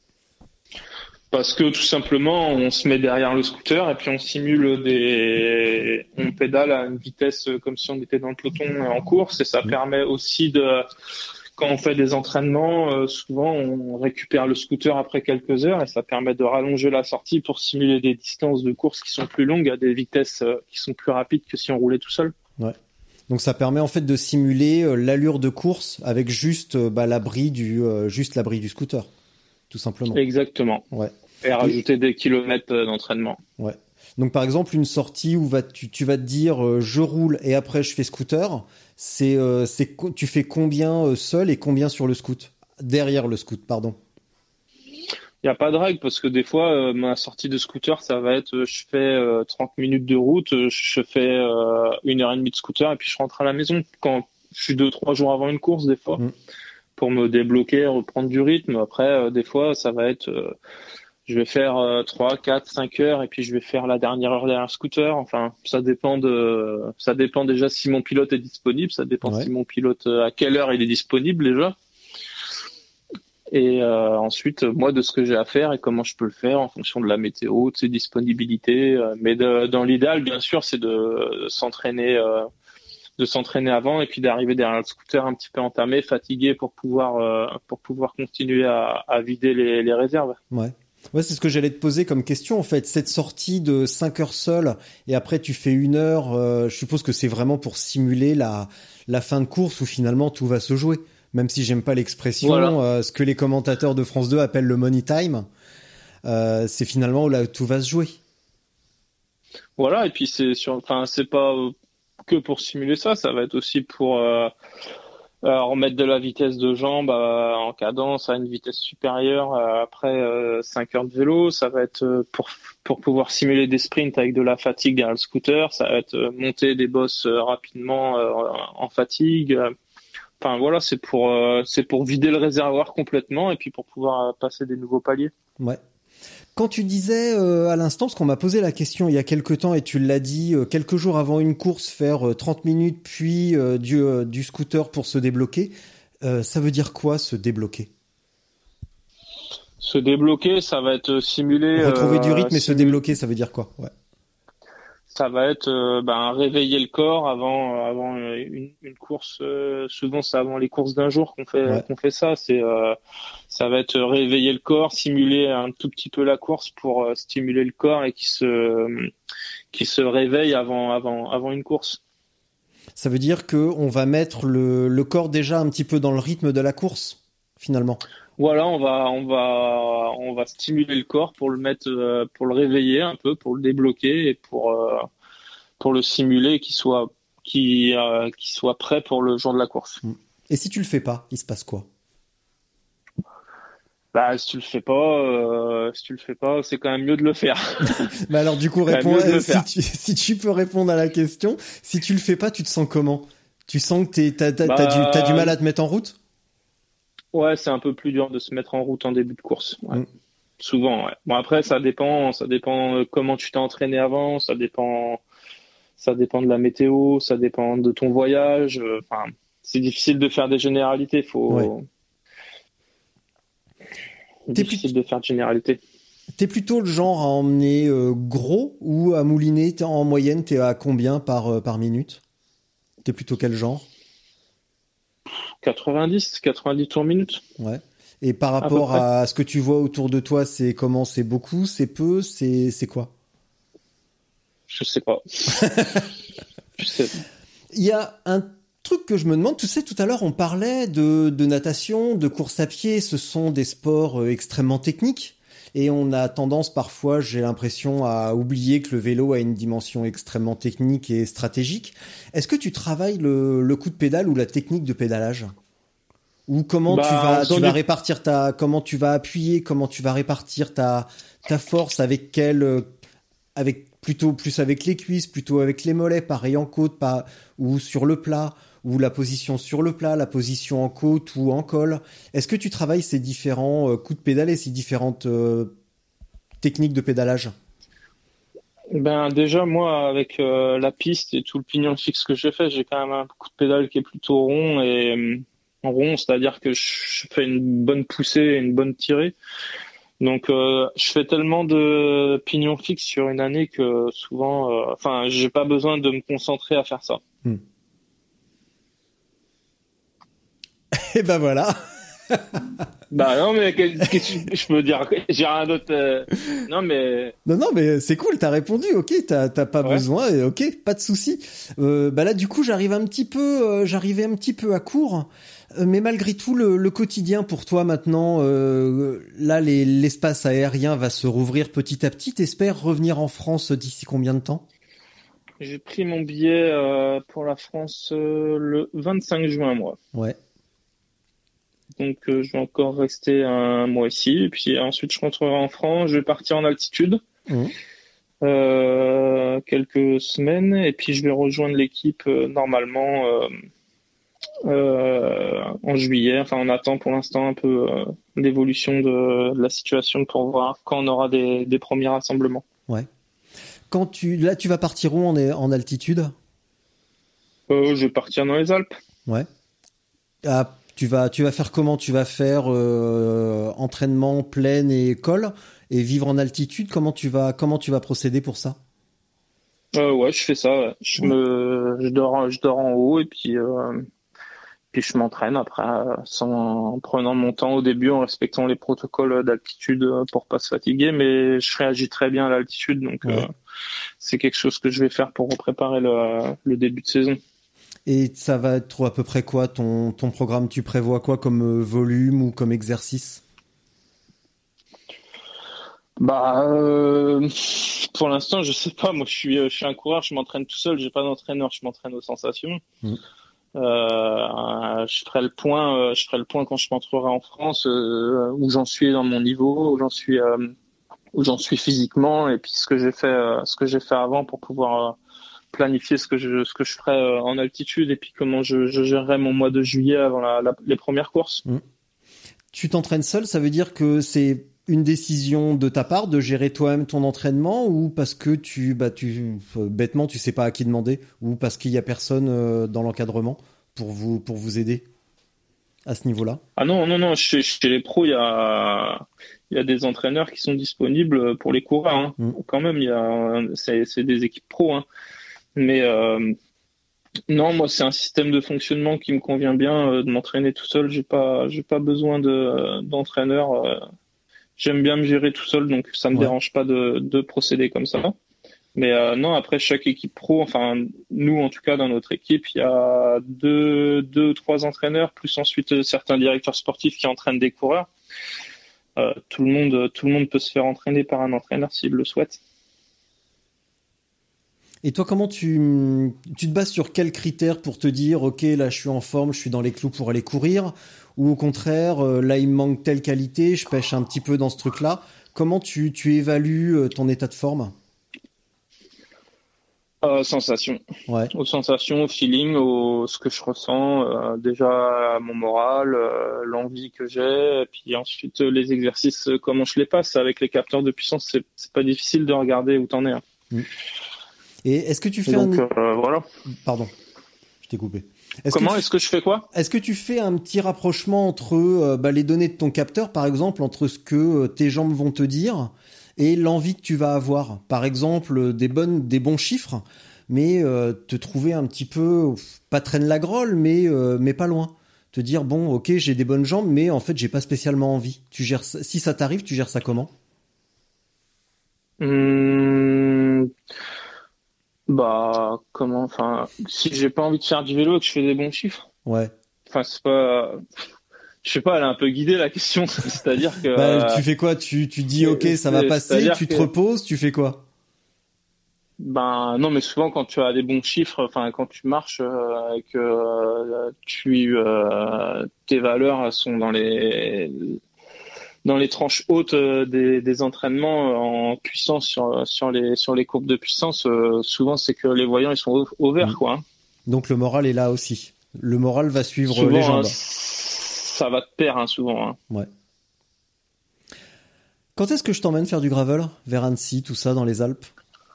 Parce que tout simplement, on se met derrière le scooter et puis on simule des... On pédale à une vitesse comme si on était dans le peloton en course et ça mmh. permet aussi de... Quand on fait des entraînements, euh, souvent on récupère le scooter après quelques heures et ça permet de rallonger la sortie pour simuler des distances de course qui sont plus longues à des vitesses euh, qui sont plus rapides que si on roulait tout seul. Ouais. Donc ça permet en fait de simuler euh, l'allure de course avec juste euh, bah, l'abri du euh, juste l'abri du scooter, tout simplement. Exactement. Ouais. Et rajouter et... des kilomètres d'entraînement. Ouais. Donc par exemple une sortie où va tu, tu vas te dire euh, je roule et après je fais scooter, c'est euh, c'est tu fais combien euh, seul et combien sur le scoot, derrière le scoot, pardon. Il y a pas de règle parce que des fois euh, ma sortie de scooter ça va être euh, je fais euh, trente minutes de route, euh, je fais euh, une heure et demie de scooter et puis je rentre à la maison quand je suis deux trois jours avant une course des fois mmh. pour me débloquer, reprendre du rythme. Après euh, des fois ça va être euh, je vais faire euh, trois, quatre, cinq heures et puis je vais faire la dernière heure derrière un scooter. Enfin, ça dépend de, ça dépend déjà si mon pilote est disponible, ça dépend ouais. si mon pilote, à quelle heure il est disponible déjà. Et euh, ensuite, moi, de ce que j'ai à faire et comment je peux le faire en fonction de la météo, de ses disponibilités. Mais de, dans l'idéal, bien sûr, c'est de, de s'entraîner, euh, de s'entraîner avant et puis d'arriver derrière le scooter un petit peu entamé, fatigué pour pouvoir, euh, pour pouvoir continuer à, à vider les, les réserves. Ouais. Ouais, c'est ce que j'allais te poser comme question en fait. Cette sortie de cinq heures seul et après tu fais une heure, euh, je suppose que c'est vraiment pour simuler la la fin de course où finalement tout va se jouer. Même si j'aime pas l'expression, voilà. euh, ce que les commentateurs de France deux appellent le money time, euh, c'est finalement où là tout va se jouer. Voilà, et puis c'est sur, enfin c'est pas que pour simuler ça, ça va être aussi pour euh, Euh, remettre de la vitesse de jambe euh, en cadence à une vitesse supérieure euh, après euh, cinq heures de vélo. Ça va être euh, pour pour pouvoir simuler des sprints avec de la fatigue derrière le scooter. Ça va être euh, monter des bosses euh, rapidement euh, en fatigue. Enfin voilà, c'est pour euh, c'est pour vider le réservoir complètement et puis pour pouvoir euh, passer des nouveaux paliers. Ouais. Quand tu disais euh, à l'instant, parce qu'on m'a posé la question il y a quelques temps et tu l'as dit, euh, quelques jours avant une course, faire euh, trente minutes puis euh, du, euh, du scooter pour se débloquer, euh, ça veut dire quoi se débloquer ? Se débloquer, ça va être simuler... Retrouver euh, du rythme et simuler... se débloquer, ça veut dire quoi ? Ouais. Ça va être euh, ben, réveiller le corps avant avant une, une course. Euh, souvent, c'est avant les courses d'un jour qu'on fait ouais. qu'on fait ça. C'est euh, ça va être réveiller le corps, simuler un tout petit peu la course pour euh, stimuler le corps et qui se euh, qui se réveille avant avant avant une course. Ça veut dire que on va mettre le le corps déjà un petit peu dans le rythme de la course finalement. Voilà, on va on va on va stimuler le corps pour le mettre euh, pour le réveiller un peu, pour le débloquer et pour euh, pour le simuler, qu'il soit, qu'il, euh, qu'il soit prêt pour le jour de la course. Et si tu le fais pas, il se passe quoi? Bah, si tu le fais pas, euh, si tu le fais pas, c'est quand même mieux de le faire. Mais alors, du coup, réponds, mieux de le si faire. tu, si tu peux répondre à la question, si tu le fais pas, tu te sens comment? Tu sens que t'es, t'as, t'as, Bah, t'as du, t'as du mal à te mettre en route? Ouais, c'est un peu plus dur de se mettre en route en début de course. Ouais. Mm. Souvent, ouais. Bon, après, ça dépend, ça dépend euh, comment tu t'es entraîné avant, ça dépend, ça dépend de la météo, ça dépend de ton voyage. euh, Enfin, c'est difficile de faire des généralités. Faut. Ouais. T'es Difficile de faire de généralité. T'es plutôt le genre à emmener euh, gros ou à mouliner? T'es en moyenne, t'es à combien par, euh, par minute? T'es plutôt quel genre? quatre-vingt-dix, quatre-vingt-dix tours minute. Ouais. Et par rapport à, à ce que tu vois autour de toi, c'est comment? C'est beaucoup? C'est peu? C'est, c'est quoi? Je sais pas. Je sais. Il y a un truc que je me demande, tu sais, tout à l'heure on parlait de, de natation, de course à pied, ce sont des sports euh, extrêmement techniques et on a tendance parfois, j'ai l'impression, à oublier que le vélo a une dimension extrêmement technique et stratégique. Est-ce que tu travailles le, le coup de pédale ou la technique de pédalage? Ou comment Bah, tu vas, tu du... vas répartir ta, comment tu vas appuyer, comment tu vas répartir ta, ta force, avec quelle, avec plutôt plus avec les cuisses, plutôt avec les mollets, pareil en côte, pas, ou sur le plat, ou la position sur le plat, la position en côte ou en col. Est-ce que tu travailles ces différents euh, coups de pédale et ces différentes euh, techniques de pédalage? Ben déjà moi avec euh, la piste et tout le pignon fixe que j'ai fait, j'ai quand même un coup de pédale qui est plutôt rond et euh, rond, c'est-à-dire que je fais une bonne poussée et une bonne tirée. Donc euh, je fais tellement de pignon fixe sur une année que souvent, euh, enfin j'ai pas besoin de me concentrer à faire ça. Hmm. Et ben voilà. Bah non mais qu'est-ce que je peux dire? J'ai rien d'autre. Euh... Non mais. Non non mais c'est cool, t'as répondu. Ok, t'as t'as pas Ouais. besoin. Et ok, pas de souci. Euh, bah là du coup j'arrive un petit peu, euh, j'arrivais un petit peu à court. Euh, mais malgré tout le, le quotidien pour toi maintenant, euh, là les, l'espace aérien va se rouvrir petit à petit. T'espères revenir en France d'ici combien de temps? J'ai pris mon billet euh, pour la France euh, le vingt-cinq juin moi. Ouais. Donc euh, je vais encore rester un mois ici et puis ensuite je rentrerai en France. Je vais partir en altitude Mmh. euh, quelques semaines et puis je vais rejoindre l'équipe euh, normalement euh, euh, en juillet. Enfin on attend pour l'instant un peu euh, l'évolution de, de la situation pour voir quand on aura des, des premiers rassemblements. Ouais. Quand tu là tu vas partir où en, en altitude? Euh, je vais partir dans les Alpes. Ouais. Ah, tu vas tu vas faire comment? Tu vas faire euh, entraînement plein et col et vivre en altitude. Comment tu vas comment tu vas procéder pour ça? Euh, ouais, je fais ça. Ouais. Je Ouais. me, je dors, je dors en haut et puis, euh, puis je m'entraîne après, euh, sans, en prenant mon temps au début, en respectant les protocoles d'altitude euh, pour pas se fatiguer. Mais je réagis très bien à l'altitude, donc Ouais. euh, c'est quelque chose que je vais faire pour préparer le, le début de saison. Et ça va être à peu près quoi ton ton programme? Tu prévois quoi comme euh, volume ou comme exercice? Bah, euh, pour l'instant, je sais pas. Moi, je suis, je suis un coureur, je m'entraîne tout seul. J'ai pas d'entraîneur, je m'entraîne aux sensations. Mmh. Euh, je ferai le point, euh, je ferai le point quand je rentrerai en France, euh, où j'en suis dans mon niveau, où j'en suis, euh, où j'en suis physiquement, et puis ce que j'ai fait, euh, ce que j'ai fait avant pour pouvoir euh, planifier ce que je, ce que je ferai euh, en altitude, et puis comment je, je gérerai mon mois de juillet avant la, la, les premières courses. Mmh. Tu t'entraînes seul, ça veut dire que c'est une décision de ta part de gérer toi-même ton entraînement, ou parce que tu, bah, tu, euh, bêtement, tu sais pas à qui demander, ou parce qu'il y a personne euh, dans l'encadrement pour vous, pour vous aider à ce niveau-là? Ah non, non, non, chez, chez les pros, il y a, il y a des entraîneurs qui sont disponibles pour les coureurs, hein. Mmh. Quand même, il y a, c'est, c'est des équipes pros, hein. Mais, euh, non, moi, c'est un système de fonctionnement qui me convient bien, euh, de m'entraîner tout seul. J'ai pas, j'ai pas besoin de, d'entraîneur. Euh, j'aime bien me gérer tout seul, donc ça me Ouais. dérange pas de, de procéder comme ça. Mais euh, non, après chaque équipe pro, enfin nous en tout cas dans notre équipe, il y a deux, deux ou trois entraîneurs, plus ensuite euh, certains directeurs sportifs qui entraînent des coureurs. Euh, tout le monde, tout le monde peut se faire entraîner par un entraîneur s'il le souhaite. Et toi, comment tu, tu te bases sur quels critères pour te dire, ok, là, je suis en forme, je suis dans les clous pour aller courir, ou au contraire, euh, là, il me manque telle qualité, je pêche un petit peu dans ce truc-là. Comment tu, tu évalues euh, ton état de forme? Euh, sensation. Ouais. Aux sensations, au feeling, au ce que je ressens, euh, déjà mon moral, euh, l'envie que j'ai, et puis ensuite euh, les exercices, euh, comment je les passe. Avec les capteurs de puissance, c'est, c'est pas difficile de regarder où t'en es. Hein. Mm. Et est-ce que tu fais Donc, un... euh, voilà. Pardon, je t'ai coupé. Est-ce Comment que tu... est-ce que je fais quoi? Est-ce que tu fais un petit rapprochement entre euh, bah, les données de ton capteur, par exemple, entre ce que euh, tes jambes vont te dire et l'envie que tu vas avoir? Par exemple, des bonnes, des bons chiffres, mais euh, te trouver un petit peu, pas traîne la grolle, mais, euh, mais pas loin. Te dire, bon, ok, j'ai des bonnes jambes, mais en fait, j'ai pas spécialement envie. Tu gères ça... Si ça t'arrive, tu gères ça comment? Hum, Bah, comment, enfin, si j'ai pas envie de faire du vélo et que je fais des bons chiffres, Ouais. enfin, c'est pas, je sais pas, elle est un peu guidée la question, c'est-à-dire que, Bah, euh, tu fais quoi? Tu, tu dis, ok, ça va c'est- passer, c'est-à-dire tu te que- reposes, tu fais quoi? ben, non, mais souvent quand tu as des bons chiffres, enfin, quand tu marches, euh, et que euh, tu, euh, tes valeurs sont dans les, dans les tranches hautes euh, des, des entraînements euh, en puissance sur, sur les, sur les courbes de puissance, euh, souvent c'est que les voyants ils sont au, au vert, Mm. quoi. Hein. Donc le moral est là aussi. Le moral va suivre Souvent, les jambes. hein, ça va te perdre, hein, souvent. Hein. Ouais. Quand est-ce que je t'emmène faire du gravel? Vers Annecy, tout ça, dans les Alpes?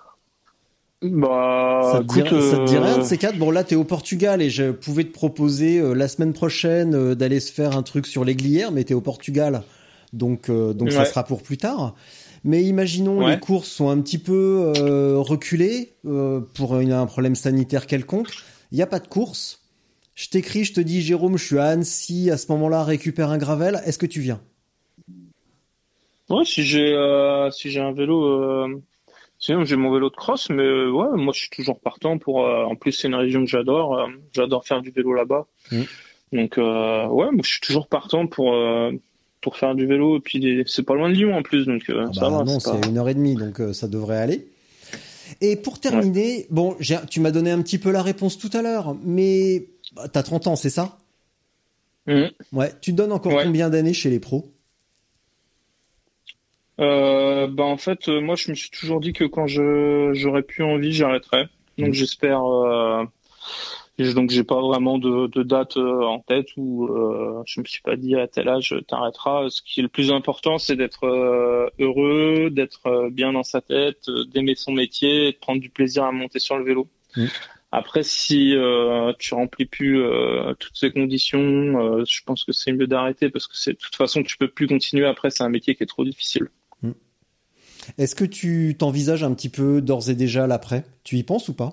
Bah, Ça te, écoute, dirait, ça te dirait un de euh, ces quatre? Bon, là, t'es au Portugal et je pouvais te proposer euh, la semaine prochaine euh, d'aller se faire un truc sur les Glières, mais t'es au Portugal, donc, euh, donc ça Ouais. sera pour plus tard. Mais imaginons Ouais. les courses sont un petit peu euh, reculées euh, pour une- un problème sanitaire quelconque. Il n'y a pas de course. Je t'écris, je te dis, Jérôme, je suis à Annecy, à ce moment-là, récupère un gravel. Est-ce que tu viens? ouais, si j'ai, euh, si j'ai un vélo, euh, sinon j'ai mon vélo de cross, mais euh, ouais, moi je suis toujours partant pour. euh, en plus, c'est une région que j'adore. euh, j'adore faire du vélo là-bas. Mm. Donc, euh, ouais, moi je suis toujours partant pour euh, pour faire du vélo. Et puis, des- c'est pas loin de Lyon en plus, donc euh, Ah ça bah va. non, c'est c'est pas... une heure et demie, donc euh, ça devrait aller. Et pour terminer, bon, j'ai- tu m'as donné un petit peu la réponse tout à l'heure, mais bah, t'as trente ans, c'est ça? Mhm. Ouais. Tu te donnes encore Ouais. combien d'années chez les pros? Euh, bah en fait, euh, moi je me suis toujours dit que quand je j'aurais plus envie, j'arrêterais. Donc Mhm. j'espère. Euh, et donc j'ai pas vraiment de, de date euh, en tête où euh, je me suis pas dit à tel âge t'arrêteras. Ce qui est le plus important, c'est d'être euh, heureux, d'être euh, bien dans sa tête, euh, d'aimer son métier, et de prendre du plaisir à monter sur le vélo. Mhm. Après, si euh, tu remplis plus euh, toutes ces conditions, euh, je pense que c'est mieux d'arrêter parce que c'est de toute façon tu peux plus continuer. Après, c'est un métier qui est trop difficile. Est-ce que tu t'envisages un petit peu d'ores et déjà l'après? Tu y penses ou pas?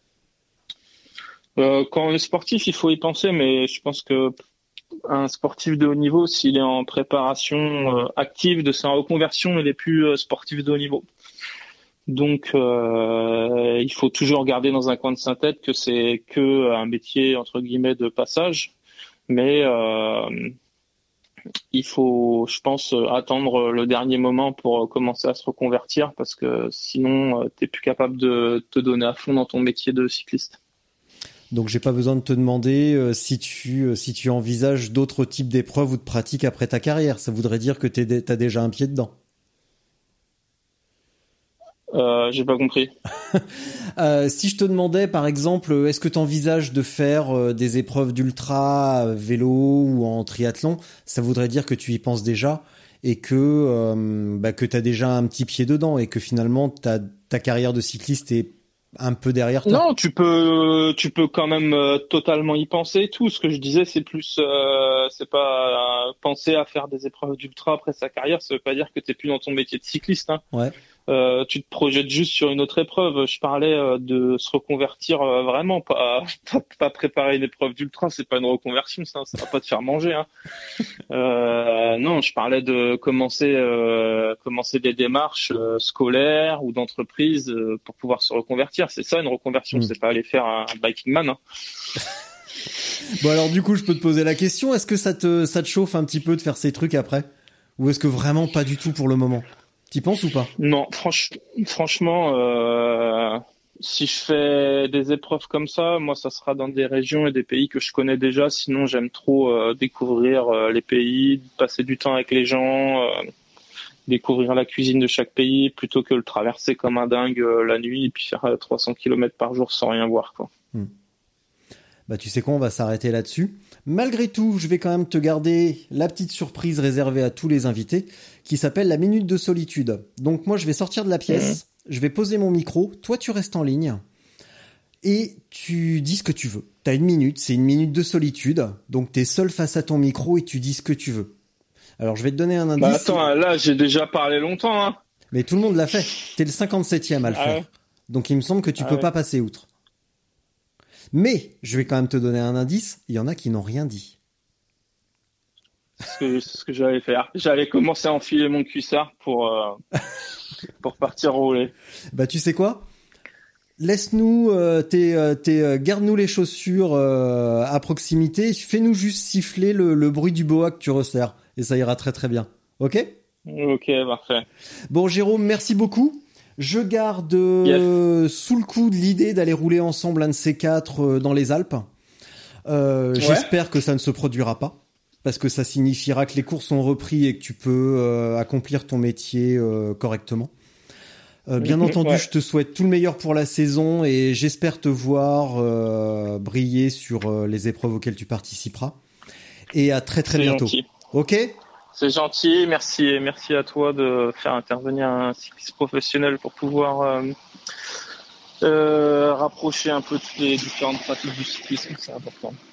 Euh, quand on est sportif, il faut y penser, mais je pense que un sportif de haut niveau, s'il est en préparation euh, active de sa reconversion, il est plus euh, sportif de haut niveau. Donc, euh, il faut toujours garder dans un coin de sa tête que c'est que un métier entre guillemets de passage, mais euh, il faut, je pense, attendre le dernier moment pour commencer à se reconvertir parce que sinon, t'es plus capable de te donner à fond dans ton métier de cycliste. Donc j'ai pas besoin de te demander euh, si tu euh, si tu envisages d'autres types d'épreuves ou de pratiques après ta carrière. Ça voudrait dire que t'es, dé- t'as déjà un pied dedans. Euh, j'ai pas compris. Euh, si je te demandais, par exemple, est-ce que tu envisages de faire euh, des épreuves d'ultra euh, vélo ou en triathlon, ça voudrait dire que tu y penses déjà et que euh, bah, que tu as déjà un petit pied dedans et que finalement ta ta carrière de cycliste est un peu derrière toi. Non, tu peux, tu peux quand même euh, totalement y penser et tout. Ce que je disais, c'est plus, euh, c'est pas euh, penser à faire des épreuves d'ultra après sa carrière. Ça veut pas dire que t'es plus dans ton métier de cycliste. Hein. Ouais. Euh, tu te projettes juste sur une autre épreuve. Je parlais euh, de se reconvertir euh, vraiment, pas, pas pas préparer une épreuve d'ultra. C'est pas une reconversion, ça. Ça va pas te faire manger. Hein. Euh, non, je parlais de commencer, euh, commencer des démarches euh, scolaires ou d'entreprise euh, pour pouvoir se reconvertir. C'est ça une reconversion. Mmh. C'est pas aller faire un biking man. Hein. Bon alors du coup, je peux te poser la question, est-ce que ça te ça te chauffe un petit peu de faire ces trucs après ou est-ce que vraiment pas du tout pour le moment? T'y penses ou pas? Non, franch- franchement, euh, si je fais des épreuves comme ça, moi, ça sera dans des régions et des pays que je connais déjà. Sinon, j'aime trop euh, découvrir euh, les pays, passer du temps avec les gens, euh, découvrir la cuisine de chaque pays, plutôt que le traverser comme un dingue euh, la nuit et puis faire euh, trois cents kilomètres par jour sans rien voir, quoi. Hmm. Bah, tu sais quoi, on va s'arrêter là-dessus. Malgré tout, je vais quand même te garder la petite surprise réservée à tous les invités, qui s'appelle la minute de solitude. Donc moi, je vais sortir de la pièce, mmh. je vais poser mon micro, toi tu restes en ligne, et tu dis ce que tu veux. T'as une minute, c'est une minute de solitude, donc t'es seul face à ton micro et tu dis ce que tu veux. Alors je vais te donner un indice. Bah attends, là j'ai déjà parlé longtemps, hein. Mais tout le monde l'a fait. T'es le cinquante-septième à le ah faire. Ouais. Donc il me semble que tu ah peux ouais. pas passer outre. Mais, je vais quand même te donner un indice, il y en a qui n'ont rien dit. C'est ce que, c'est ce que j'allais faire. J'allais commencer à enfiler mon cuissard pour, euh, pour partir rouler. Bah tu sais quoi ? Laisse-nous, euh, tes, euh, tes, euh, garde-nous les chaussures euh, à proximité, fais-nous juste siffler le, le bruit du boa que tu resserres, et ça ira très très bien. Ok ? Ok, parfait. Bon Jérôme, merci beaucoup. Je garde euh, yes. sous le coup de l'idée d'aller rouler ensemble un de ces quatre euh, dans les Alpes. Euh, ouais. J'espère que ça ne se produira pas, parce que ça signifiera que les cours sont repris et que tu peux euh, accomplir ton métier euh, correctement. Euh, bien mmh, entendu, ouais. je te souhaite tout le meilleur pour la saison et j'espère te voir euh, briller sur euh, les épreuves auxquelles tu participeras. Et à très très C'est bientôt. Gentil. Ok ? C'est gentil, merci, merci à toi de faire intervenir un cycliste professionnel pour pouvoir euh, euh, rapprocher un peu toutes les différentes pratiques du cyclisme, c'est important.